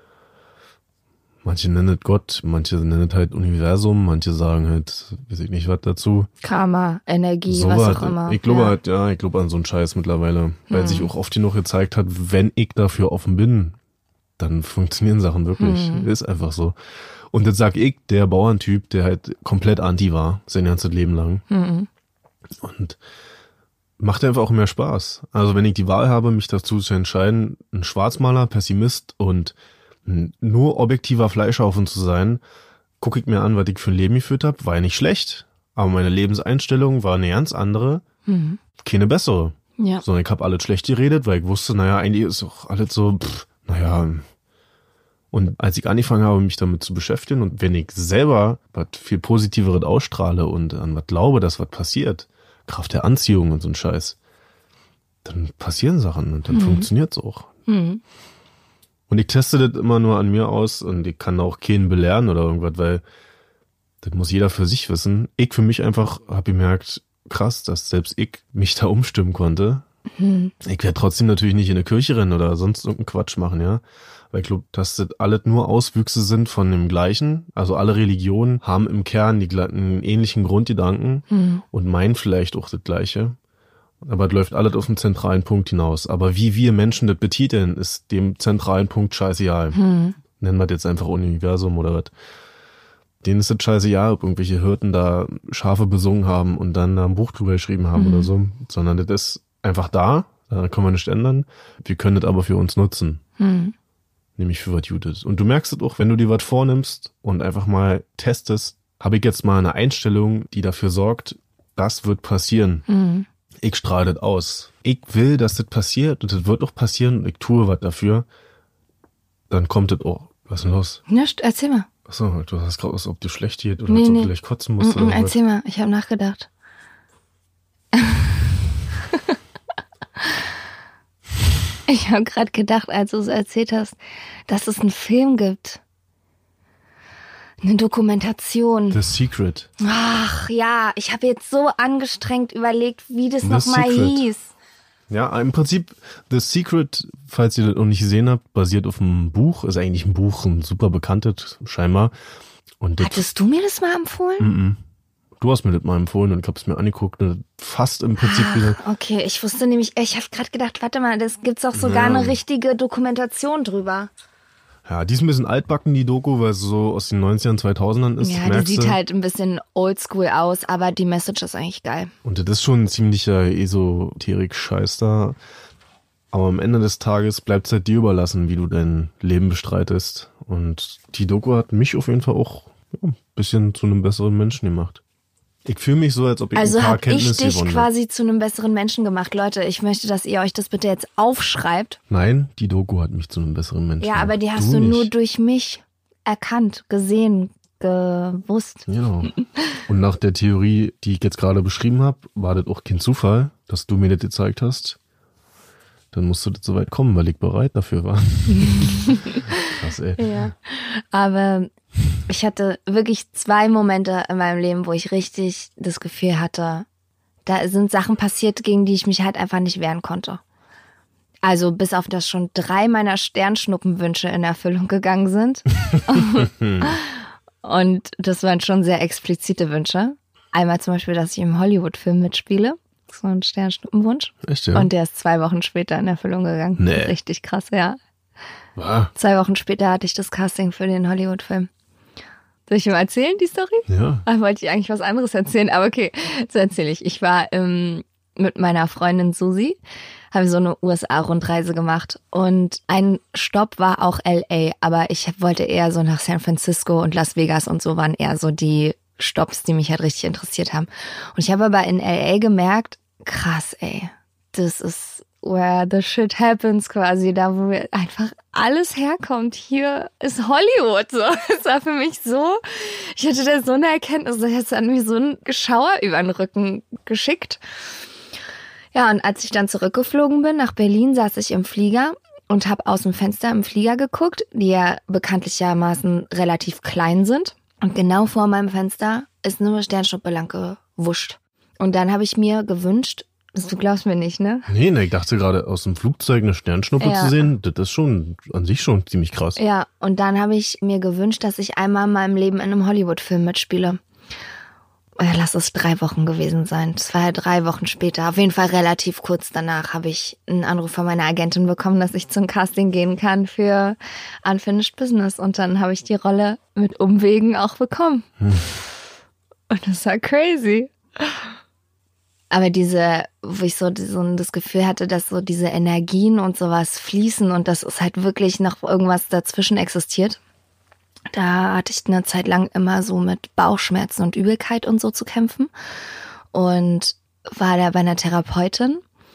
manche nennen es Gott, manche nennen es halt Universum, manche sagen halt, weiß ich nicht was dazu. Karma, Energie, so was auch immer. Ich glaube halt, ich glaube an so einen Scheiß mittlerweile, weil sich auch oft genug gezeigt hat, wenn ich dafür offen bin, dann funktionieren Sachen wirklich. Ist einfach so. Und das sag ich, der Bauerntyp, der halt komplett anti war, sein ganzes Leben lang. Und macht einfach auch mehr Spaß. Also wenn ich die Wahl habe, mich dazu zu entscheiden, ein Schwarzmaler, Pessimist und nur objektiver Fleischhaufen zu sein, gucke ich mir an, was ich für ein Leben geführt habe, war ja nicht schlecht, aber meine Lebenseinstellung war eine ganz andere, keine bessere. Ja. Sondern ich habe alles schlecht geredet, weil ich wusste, naja, eigentlich ist doch alles so, naja. Und als ich angefangen habe, mich damit zu beschäftigen und wenn ich selber was viel Positiveres ausstrahle und an was glaube, dass was passiert, Kraft der Anziehung und so ein Scheiß, dann passieren Sachen und dann funktioniert's auch. Mhm. Und ich teste das immer nur an mir aus und ich kann auch keinen belehren oder irgendwas, weil das muss jeder für sich wissen. Ich für mich einfach habe gemerkt, krass, dass selbst ich mich da umstimmen konnte. Mhm. Ich werde trotzdem natürlich nicht in eine Kirche rennen oder sonst irgendeinen Quatsch machen, ja. Weil ich glaube, dass das alles nur Auswüchse sind von dem Gleichen. Also alle Religionen haben im Kern einen ähnlichen Grundgedanken und meinen vielleicht auch das Gleiche. Aber es läuft alles auf den zentralen Punkt hinaus. Aber wie wir Menschen das betiteln, ist dem zentralen Punkt scheißegal. Nennen wir das jetzt einfach Universum oder was. Denen ist das scheißegal, ob irgendwelche Hirten da Schafe besungen haben und dann da ein Buch drüber geschrieben haben oder so. Sondern das ist einfach da können wir nicht ändern. Wir können das aber für uns nutzen. Nämlich für was Gutes. Und du merkst es auch, wenn du dir was vornimmst und einfach mal testest, habe ich jetzt mal eine Einstellung, die dafür sorgt, das wird passieren. Ich strahle das aus. Ich will, dass das passiert und das wird auch passieren und ich tue was dafür. Dann kommt das auch. Was ist denn los? Nicht, erzähl mal. Achso, du hast gerade, als ob dir schlecht geht oder als ob du gleich kotzen musst. Oder erzähl mal, ich habe nachgedacht. Ich habe gerade gedacht, als du es erzählt hast, dass es einen Film gibt. Eine Dokumentation. The Secret. Ach ja, ich habe jetzt so angestrengt überlegt, wie das nochmal hieß. Ja, im Prinzip The Secret, falls ihr das noch nicht gesehen habt, basiert auf einem Buch. Ist eigentlich ein Buch, ein super bekanntes, scheinbar. Und hattest du mir das mal empfohlen? Du hast mir das mal empfohlen und ich habe es mir angeguckt. Fast im Prinzip wieder. Okay, ich wusste nämlich, ich habe gerade gedacht, warte mal, das gibt's auch sogar eine richtige Dokumentation drüber. Ja, die ist ein bisschen altbacken, die Doku, weil es so aus den 90ern, 2000ern ist. Ja, die sieht halt ein bisschen oldschool aus, aber die Message ist eigentlich geil. Und das ist schon ein ziemlicher Esoterik-Scheiß da. Aber am Ende des Tages bleibt es halt dir überlassen, wie du dein Leben bestreitest. Und die Doku hat mich auf jeden Fall auch ein bisschen zu einem besseren Menschen gemacht. Ich fühle mich so, als ob ich ein paar Kenntnisse gewonnen habe. Also habe ich dich quasi zu einem besseren Menschen gemacht. Leute, ich möchte, dass ihr euch das bitte jetzt aufschreibt. Nein, die Doku hat mich zu einem besseren Menschen gemacht. Ja, aber die hast du nur durch mich erkannt, gesehen, gewusst. Genau. Und nach der Theorie, die ich jetzt gerade beschrieben habe, war das auch kein Zufall, dass du mir das gezeigt hast. Dann musst du das so weit kommen, weil ich bereit dafür war. Krass, ey. Ja, aber ich hatte wirklich 2 Momente in meinem Leben, wo ich richtig das Gefühl hatte, da sind Sachen passiert, gegen die ich mich halt einfach nicht wehren konnte. Also bis auf das schon 3 meiner Sternschnuppenwünsche in Erfüllung gegangen sind. Und das waren schon sehr explizite Wünsche. Einmal zum Beispiel, dass ich im Hollywood-Film mitspiele. So ein Sternschnuppenwunsch. Echt, ja? Und der ist 2 Wochen später in Erfüllung gegangen. Nee. Richtig krass, ja. Ah. 2 Wochen später hatte ich das Casting für den Hollywood-Film. Soll ich mal erzählen, die Story? Ja. Da wollte ich eigentlich was anderes erzählen, aber okay, so erzähle ich. Ich war mit meiner Freundin Susi, habe so eine USA-Rundreise gemacht und ein Stopp war auch LA, aber ich wollte eher so nach San Francisco und Las Vegas und so waren eher so die Stopps, die mich halt richtig interessiert haben. Und ich habe aber in LA gemerkt, krass, ey, das ist where the shit happens quasi, da wo einfach alles herkommt. Hier ist Hollywood so. Es war für mich so, ich hatte da so eine Erkenntnis, das hat mir so einen Schauer über den Rücken geschickt. Ja, und als ich dann zurückgeflogen bin nach Berlin, saß ich im Flieger und habe aus dem Fenster im Flieger geguckt, die ja bekanntlichermaßen relativ klein sind. Und genau vor meinem Fenster ist eine Sternschnuppe lang gewuscht. Und dann habe ich mir gewünscht, du glaubst mir nicht, ne? Nee, ich dachte gerade, aus dem Flugzeug eine Sternschnuppe zu sehen, das ist schon an sich schon ziemlich krass. Ja, und dann habe ich mir gewünscht, dass ich einmal in meinem Leben in einem Hollywood-Film mitspiele. Lass es 3 Wochen gewesen sein. Das war ja 3 Wochen später. Auf jeden Fall relativ kurz danach habe ich einen Anruf von meiner Agentin bekommen, dass ich zum Casting gehen kann für Unfinished Business. Und dann habe ich die Rolle mit Umwegen auch bekommen. Und das war crazy. Aber wo ich so das Gefühl hatte, dass so diese Energien und sowas fließen und dass es halt wirklich noch irgendwas dazwischen existiert. Da hatte ich eine Zeit lang immer so mit Bauchschmerzen und Übelkeit und so zu kämpfen und war da bei einer Therapeutin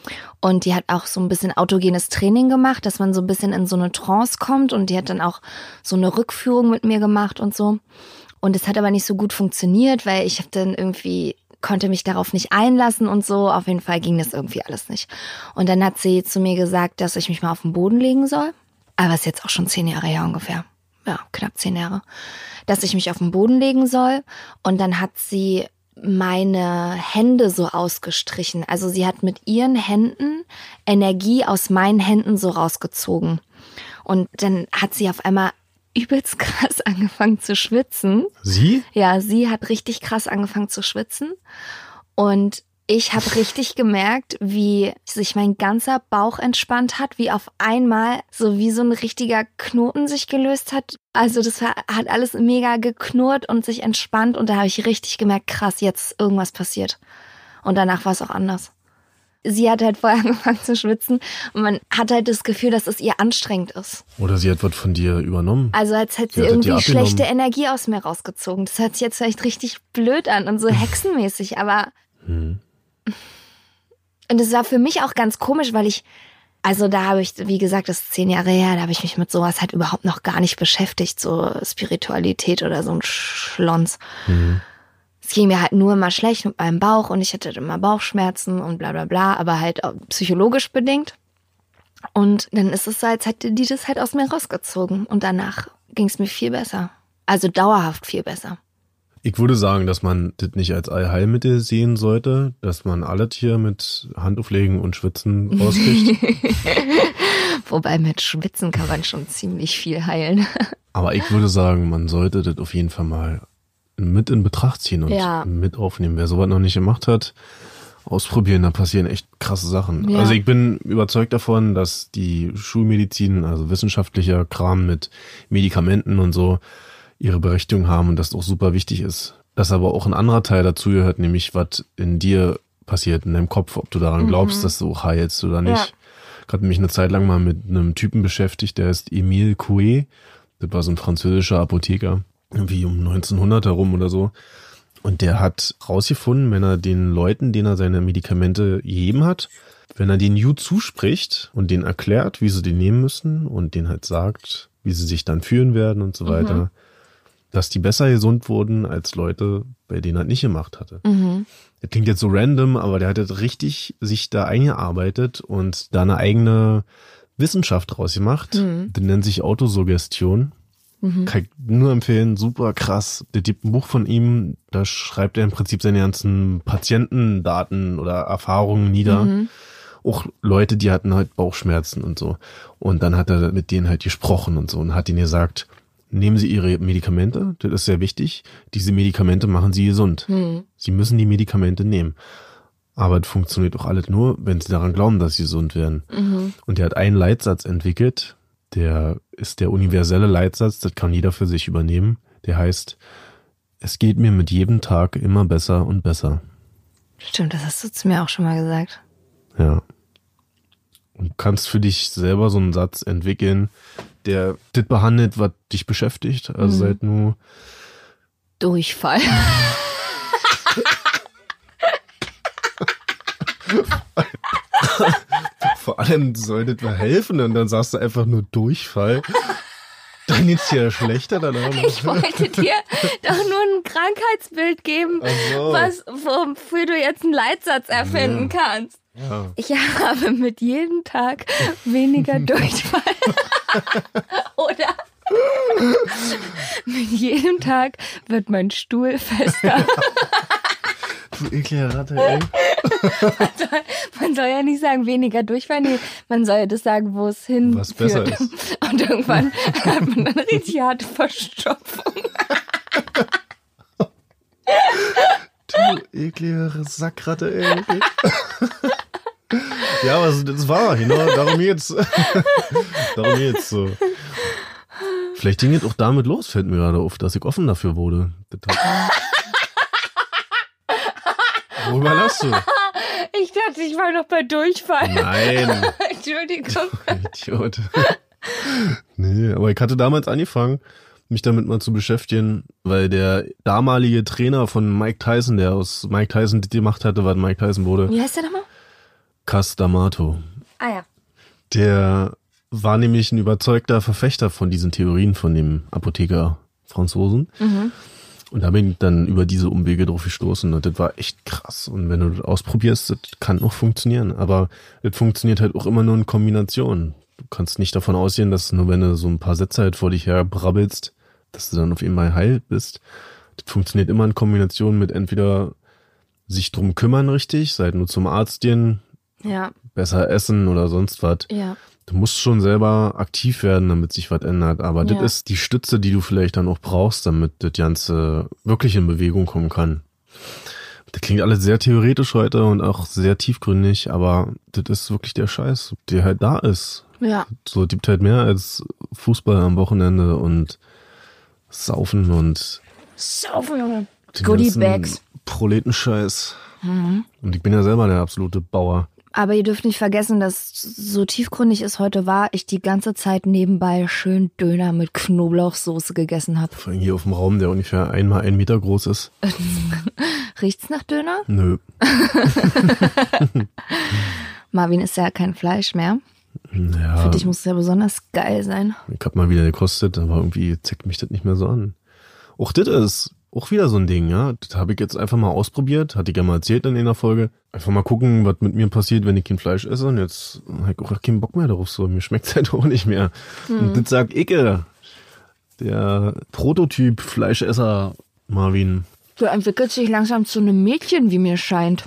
Und die hat auch so ein bisschen autogenes Training gemacht, dass man so ein bisschen in so eine Trance kommt. Und die hat dann auch so eine Rückführung mit mir gemacht und so. Und es hat aber nicht so gut funktioniert, weil ich habe dann irgendwie, konnte mich darauf nicht einlassen und so. Auf jeden Fall ging das irgendwie alles nicht. Und dann hat sie zu mir gesagt, dass ich mich mal auf den Boden legen soll. Aber ist jetzt auch schon 10 Jahre her ungefähr. Ja, knapp 10 Jahre. Dass ich mich auf den Boden legen soll. Und dann hat sie meine Hände so ausgestrichen. Also sie hat mit ihren Händen Energie aus meinen Händen so rausgezogen. Und dann hat sie auf einmal übelst krass angefangen zu schwitzen. Sie? Ja, sie hat richtig krass angefangen zu schwitzen. Und ich habe richtig gemerkt, wie sich mein ganzer Bauch entspannt hat, wie auf einmal so wie so ein richtiger Knoten sich gelöst hat. Also das hat alles mega geknurrt und sich entspannt und da habe ich richtig gemerkt, krass, jetzt ist irgendwas passiert. Und danach war es auch anders. Sie hat halt vorher angefangen zu schwitzen und man hat halt das Gefühl, dass es ihr anstrengend ist. Oder sie hat was von dir übernommen. Also als hätte sie irgendwie schlechte Energie aus mir rausgezogen. Das hört sich jetzt vielleicht richtig blöd an und so hexenmäßig, aber... Und es war für mich auch ganz komisch, weil also da habe ich, wie gesagt, das ist 10 Jahre her, da habe ich mich mit sowas halt überhaupt noch gar nicht beschäftigt, so Spiritualität oder so ein Schlons. Es ging mir halt nur immer schlecht mit meinem Bauch und ich hatte immer Bauchschmerzen und bla bla bla, aber halt auch psychologisch bedingt. Und dann ist es so, als hätte die das halt aus mir rausgezogen und danach ging es mir viel besser. Also dauerhaft viel besser. Ich würde sagen, dass man das nicht als Allheilmittel sehen sollte, dass man alles hier mit Handauflegen und Schwitzen rauskriegt. Wobei mit Schwitzen kann man schon ziemlich viel heilen. Aber ich würde sagen, man sollte das auf jeden Fall mal mit in Betracht ziehen und mit aufnehmen. Wer sowas noch nicht gemacht hat, ausprobieren, da passieren echt krasse Sachen. Ja. Also ich bin überzeugt davon, dass die Schulmedizin, also wissenschaftlicher Kram mit Medikamenten und so, ihre Berechtigung haben und das auch super wichtig ist. Dass aber auch ein anderer Teil dazu gehört, nämlich was in dir passiert, in deinem Kopf, ob du daran glaubst, dass du auch heilst oder nicht. Ja. Ich habe mich eine Zeit lang mal mit einem Typen beschäftigt, der heißt Emile Coué. Das war so ein französischer Apotheker, irgendwie um 1900 herum oder so. Und der hat rausgefunden, wenn er den Leuten, denen er seine Medikamente gegeben hat, wenn er denen zuspricht und denen erklärt, wie sie die nehmen müssen und denen halt sagt, wie sie sich dann fühlen werden und so weiter, dass die besser gesund wurden als Leute, bei denen er nicht gemacht hatte. Das klingt jetzt so random, aber der hat jetzt richtig sich da eingearbeitet und da eine eigene Wissenschaft draus gemacht. Das nennt sich Autosuggestion. Kann ich nur empfehlen, super krass. Der gibt ein Buch von ihm, da schreibt er im Prinzip seine ganzen Patientendaten oder Erfahrungen nieder. Auch Leute, die hatten halt Bauchschmerzen und so. Und dann hat er mit denen halt gesprochen und so und hat ihnen gesagt, nehmen Sie Ihre Medikamente, das ist sehr wichtig. Diese Medikamente machen Sie gesund. Sie müssen die Medikamente nehmen. Aber das funktioniert auch alles nur, wenn Sie daran glauben, dass Sie gesund werden. Und er hat einen Leitsatz entwickelt, der ist der universelle Leitsatz, das kann jeder für sich übernehmen. Der heißt, es geht mir mit jedem Tag immer besser und besser. Stimmt, das hast du zu mir auch schon mal gesagt. Ja. Und du kannst für dich selber so einen Satz entwickeln, der das behandelt, was dich beschäftigt. Also seit nur Durchfall. Vor allem soll das mal helfen und dann sagst du einfach nur Durchfall. Dann geht's dir schlechter danach. Ich wollte dir doch nur ein Krankheitsbild geben, wofür du jetzt einen Leitsatz erfinden kannst. Ja. Ich habe mit jedem Tag weniger Durchfall. Oder mit jedem Tag wird mein Stuhl fester. Du eklige Ratte, ey. Man soll ja nicht sagen, weniger Durchfall, nee, man soll ja das sagen, wo es hinführt. Was besser ist. Und irgendwann hat man dann richtig harte Verstopfung. Du eklige Sackratte, ey. Ja, aber das war genau, darum geht's. Darum geht's so. Vielleicht ging es auch damit los, fällt mir gerade auf, dass ich offen dafür wurde. Worüber lachst du? Ich dachte, ich war noch bei Durchfall. Nein. Entschuldigung. Idiot. Nee, aber ich hatte damals angefangen, mich damit mal zu beschäftigen, weil der damalige Trainer von Mike Tyson, der aus Mike Tyson das gemacht hatte, was Mike Tyson wurde. Wie heißt der nochmal? Cas D'Amato. Ah ja. Der war nämlich ein überzeugter Verfechter von diesen Theorien von dem Apotheker Franzosen. Mhm. Und da bin ich dann über diese Umwege drauf gestoßen und das war echt krass. Und wenn du das ausprobierst, das kann auch funktionieren. Aber das funktioniert halt auch immer nur in Kombination. Du kannst nicht davon ausgehen, dass nur wenn du so ein paar Sätze halt vor dich her brabbelst, dass du dann auf einmal heil bist. Das funktioniert immer in Kombination mit entweder sich drum kümmern richtig, seit nur zum Arzt gehen, Ja. besser essen oder sonst was. Ja. Du musst schon selber aktiv werden, damit sich was ändert. Aber das ist die Stütze, die du vielleicht dann auch brauchst, damit das Ganze wirklich in Bewegung kommen kann. Das klingt alles sehr theoretisch heute und auch sehr tiefgründig, aber das ist wirklich der Scheiß, der halt da ist. Ja. So, es gibt halt mehr als Fußball am Wochenende und Saufen und Saufen, Junge. den Goodie ganzen Bags. Proletenscheiß. Und ich bin ja selber der absolute Bauer. Aber ihr dürft nicht vergessen, dass so tiefgründig es heute war, ich die ganze Zeit nebenbei schön Döner mit Knoblauchsoße gegessen habe. Vor allem hier auf dem Raum, der ungefähr 1 mal 1 Meter groß ist. Riecht's nach Döner? Nö. Marvin isst ja kein Fleisch mehr. Ja, Für dich muss es ja besonders geil sein. ich hab mal wieder gekostet, aber irgendwie zeckt mich das nicht mehr so an. Auch das ist auch wieder so ein Ding, ja. Das habe ich jetzt einfach mal ausprobiert, hatte ich ja mal erzählt in einer Folge. Einfach mal gucken, was mit mir passiert, wenn ich kein Fleisch esse. Und jetzt habe ich auch keinen Bock mehr darauf. So, mir schmeckt's halt auch nicht mehr. Und das sagt Icke, der Prototyp Fleischesser Marvin. Du entwickelst dich langsam zu einem Mädchen, wie mir scheint.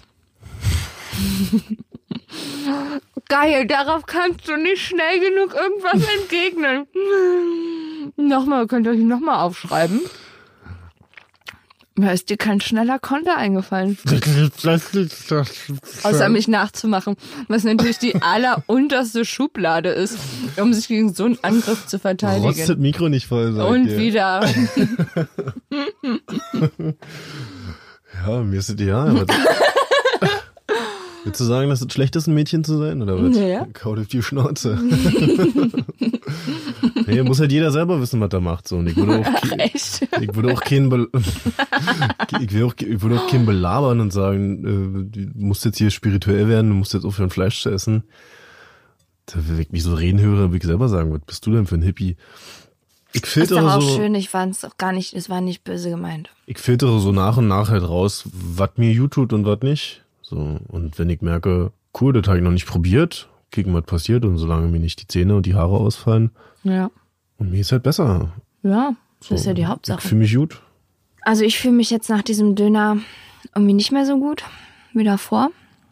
Geil, darauf kannst du nicht schnell genug irgendwas entgegnen. Nochmal, könnt ihr euch nochmal aufschreiben. Mir ist dir kein schneller Konter eingefallen. Außer mich nachzumachen. Was natürlich die allerunterste Schublade ist, um sich gegen so einen Angriff zu verteidigen. Rotzt das Mikro nicht voll, sag Und ich dir. wieder. Ja, mir ist das ja. Willst du sagen, dass es schlecht ist, ein Mädchen zu sein, oder was? Ja. Kaut auf die Schnauze. Nee, muss halt jeder selber wissen, was er macht. So. Und ich würde auch, Echt? ich würde auch keinen ich würde auch keinen belabern und sagen, du musst jetzt hier spirituell werden, du musst jetzt aufhören, Fleisch zu essen. Da, wenn ich mich so reden höre, würde ich selber sagen, was bist du denn für ein Hippie? Ich Das ist doch filtere auch so, schön, ich fand es auch gar nicht, es war nicht böse gemeint. ich filtere so nach und nach halt raus, was mir gut tut und was nicht. So, und wenn ich merke, cool, das habe ich noch nicht probiert, gucken, was passiert, und solange mir nicht die Zähne und die Haare ausfallen, Ja. und mir ist halt besser. Ja, das So, ist ja die ich Hauptsache. fühle mich gut. Also ich fühle mich jetzt nach diesem Döner irgendwie nicht mehr so gut wie davor.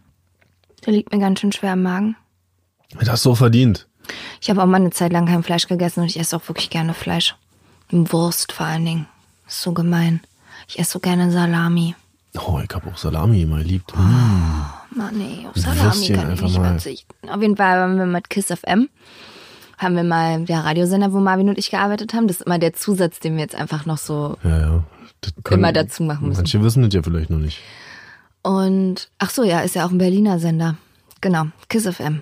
Der liegt mir ganz schön schwer im Magen. Das hast du auch verdient. Ich habe auch mal eine Zeit lang kein Fleisch gegessen und ich esse auch wirklich gerne Fleisch. Und Wurst vor allen Dingen. Das ist so gemein. Ich esse so gerne Salami. Oh, ich habe auch Salami immer geliebt. Mann, nee, auf Salami Würstchen kann ich einfach nicht mal. verzichten. Auf jeden Fall waren wir mit Kiss FM. Haben wir mal der Radiosender, wo Marvin und ich gearbeitet haben. Das ist immer der Zusatz, den wir jetzt einfach noch so Ja. Das immer dazu machen müssen. Manche wissen das ja vielleicht noch nicht. Und, ach so, ja, ist ja auch ein Berliner Sender. Genau, Kiss FM.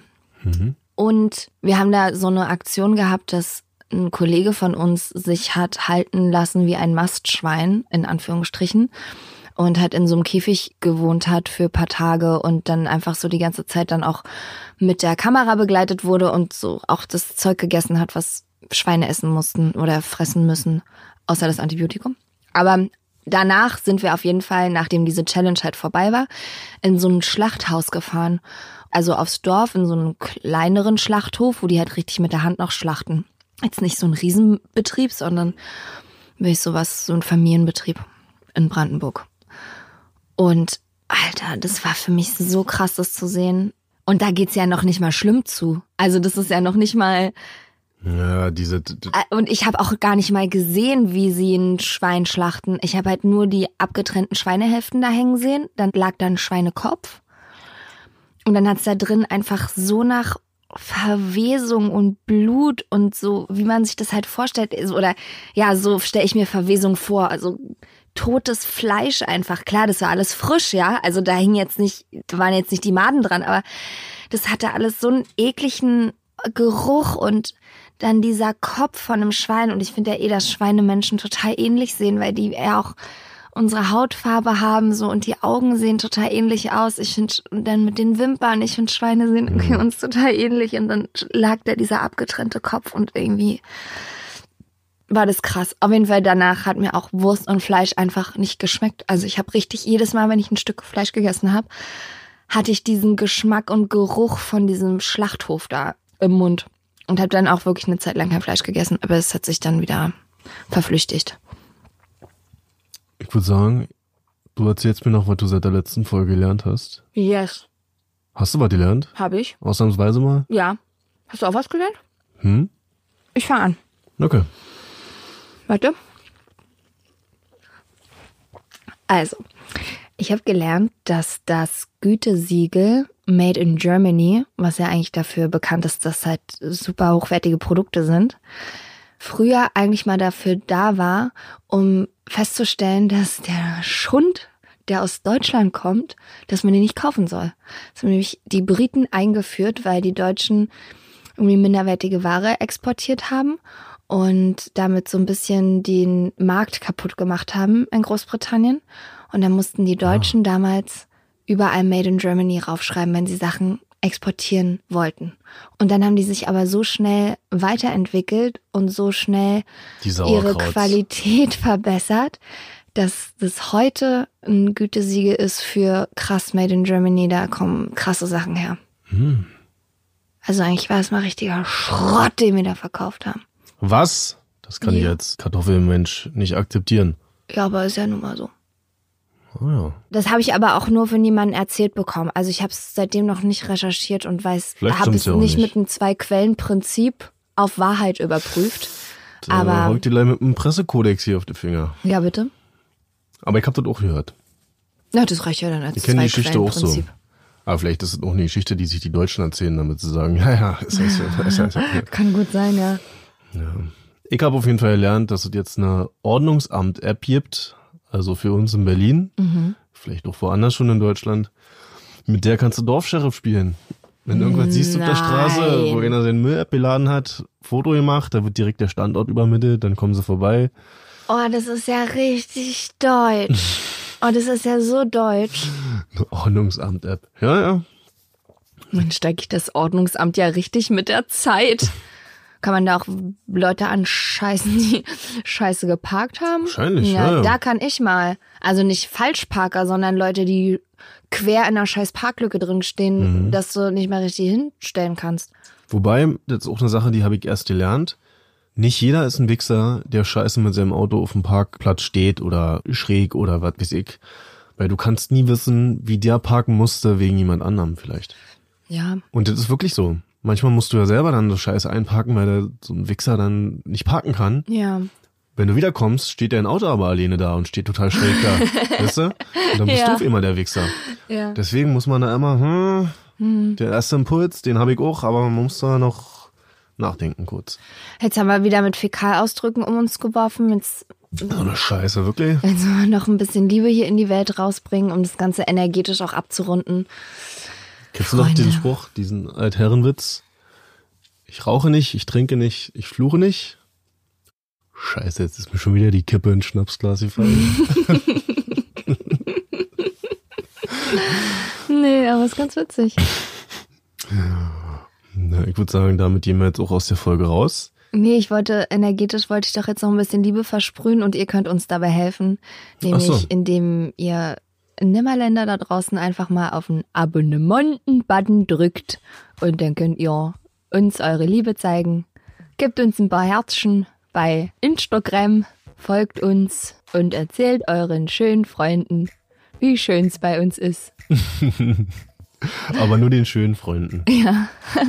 Und wir haben da so eine Aktion gehabt, dass ein Kollege von uns sich hat halten lassen wie ein Mastschwein, in Anführungsstrichen, und halt in so einem Käfig gewohnt hat für ein paar Tage und dann einfach so die ganze Zeit dann auch mit der Kamera begleitet wurde und so auch das Zeug gegessen hat, was Schweine essen mussten oder fressen müssen, außer das Antibiotikum. Aber danach sind wir auf jeden Fall, nachdem diese Challenge halt vorbei war, in so ein Schlachthaus gefahren. Also aufs Dorf, in so einen kleineren Schlachthof, wo die halt richtig mit der Hand noch schlachten. Jetzt nicht so ein Riesenbetrieb, sondern wirklich sowas, so ein Familienbetrieb in Brandenburg. Und Alter, das war für mich so krass, das zu sehen. Und da geht's ja noch nicht mal schlimm zu. Also das ist ja noch nicht mal... Ja, Und ich habe auch gar nicht mal gesehen, wie sie ein Schwein schlachten. Ich habe halt nur die abgetrennten Schweinehälften da hängen sehen. Dann lag da ein Schweinekopf. Und dann hat's da drin einfach so nach Verwesung und Blut und so, wie man sich das halt vorstellt. Oder ja, so stelle ich mir Verwesung vor. Also totes Fleisch einfach. Klar, das war alles frisch, ja. Also da waren jetzt nicht die Maden dran, aber das hatte alles so einen ekligen Geruch und dann dieser Kopf von einem Schwein. Und ich finde ja dass Schweine Menschen total ähnlich sehen, weil die ja auch unsere Hautfarbe haben so und die Augen sehen total ähnlich aus. Ich finde, dann mit den Wimpern, ich finde, Schweine sehen irgendwie uns total ähnlich. Und dann lag da dieser abgetrennte Kopf und irgendwie war das krass. Auf jeden Fall danach hat mir auch Wurst und Fleisch einfach nicht geschmeckt. Also ich habe richtig, jedes Mal, wenn ich ein Stück Fleisch gegessen habe, hatte ich diesen Geschmack und Geruch von diesem Schlachthof da im Mund. Und habe dann auch wirklich eine Zeit lang kein Fleisch gegessen. Aber es hat sich dann wieder verflüchtigt. Ich würde sagen, du erzählst mir noch, was du seit der letzten Folge gelernt hast. Yes. Hast du was gelernt? Habe ich. Ausnahmsweise mal? Ja. Hast du auch was gelernt? Ich fange an. Okay. Warte. Also, ich habe gelernt, dass das Gütesiegel Made in Germany, was ja eigentlich dafür bekannt ist, dass halt super hochwertige Produkte sind, früher eigentlich mal dafür da war, um festzustellen, dass der Schund, der aus Deutschland kommt, dass man den nicht kaufen soll. Das haben nämlich die Briten eingeführt, weil die Deutschen irgendwie minderwertige Ware exportiert haben und damit so ein bisschen den Markt kaputt gemacht haben in Großbritannien. Und dann mussten die Deutschen damals überall Made in Germany raufschreiben, wenn sie Sachen exportieren wollten. Und dann haben die sich aber so schnell weiterentwickelt und so schnell ihre Qualität verbessert, dass das heute ein Gütesiegel ist für krass Made in Germany, da kommen krasse Sachen her. Also eigentlich war es mal richtiger Schrott, den wir da verkauft haben. Was? Das kann ich als Kartoffelmensch nicht akzeptieren. Ja, aber ist ja nun mal so. Oh ja. Das habe ich aber auch nur von jemandem erzählt bekommen. Also ich habe es seitdem noch nicht recherchiert und habe es nicht mit einem Zwei-Quellen-Prinzip auf Wahrheit überprüft. Aber haut die Leute mit einem Pressekodex hier auf die Finger. Ja, bitte. Aber ich habe das auch gehört. Ja, das reicht ja dann als Zwei-Quellen-Prinzip. Ich kenne die Geschichte auch so. Aber vielleicht ist es auch eine Geschichte, die sich die Deutschen erzählen, damit sie sagen, ist das. Kann gut sein, ja. Ich habe auf jeden Fall gelernt, dass es jetzt eine Ordnungsamt-App gibt, also für uns in Berlin, vielleicht auch woanders schon in Deutschland, mit der kannst du Dorfsheriff spielen. Wenn du irgendwas siehst auf der Straße, wo einer seinen Müll abgeladen hat, Foto gemacht, da wird direkt der Standort übermittelt, dann kommen sie vorbei. Oh, das ist ja richtig deutsch. Oh, das ist ja so deutsch. Eine Ordnungsamt-App. Ja. Dann steige ich das Ordnungsamt ja richtig mit der Zeit. Kann man da auch Leute anscheißen, die scheiße geparkt haben? Wahrscheinlich, ja. Da kann ich mal. Also nicht Falschparker, sondern Leute, die quer in einer scheiß Parklücke drin stehen, dass du nicht mehr richtig hinstellen kannst. Wobei, das ist auch eine Sache, die habe ich erst gelernt. Nicht jeder ist ein Wichser, der scheiße mit seinem Auto auf dem Parkplatz steht oder schräg oder was weiß ich. Weil du kannst nie wissen, wie der parken musste wegen jemand anderem vielleicht. Ja. Und das ist wirklich so. Manchmal musst du ja selber dann so Scheiße einparken, weil der so ein Wichser dann nicht parken kann. Ja. Wenn du wiederkommst, steht dein Auto aber alleine da und steht total schräg da. Weißt du? Und dann bist du auf immer der Wichser. Ja. Deswegen muss man da immer, der erste Impuls, den habe ich auch, aber man muss da noch nachdenken kurz. Jetzt haben wir wieder mit Fäkalausdrücken um uns geworfen. Jetzt so eine Scheiße, wirklich? Also noch ein bisschen Liebe hier in die Welt rausbringen, um das Ganze energetisch auch abzurunden. Kennst du noch diesen Spruch, diesen Altherrenwitz? Ich rauche nicht, ich trinke nicht, ich fluche nicht. Scheiße, jetzt ist mir schon wieder die Kippe ins Schnapsglas gefallen. Nee, aber ist ganz witzig. Na, ich würde sagen, damit gehen wir jetzt auch aus der Folge raus. Nee, energetisch wollte ich doch jetzt noch ein bisschen Liebe versprühen und ihr könnt uns dabei helfen. Nämlich indem ihr Nimmerländer da draußen einfach mal auf den Abonnementen-Button drückt und dann könnt ihr uns eure Liebe zeigen. Gebt uns ein paar Herzchen bei Instagram, folgt uns und erzählt euren schönen Freunden, wie schön es bei uns ist. Aber nur den schönen Freunden. Ja.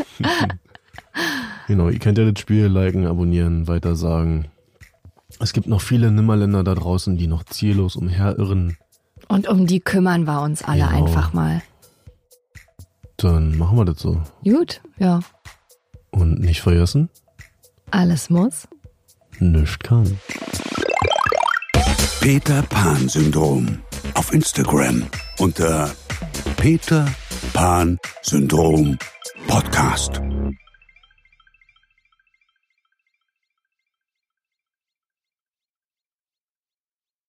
Genau, ihr könnt ja das Spiel liken, abonnieren, weitersagen. Es gibt noch viele Nimmerländer da draußen, die noch ziellos umherirren. Und um die kümmern wir uns alle einfach mal. Dann machen wir das so. Gut, ja. Und nicht vergessen? Alles muss. Nichts kann. Peter Pan Syndrom. Auf Instagram unter Peter Pan Syndrom Podcast.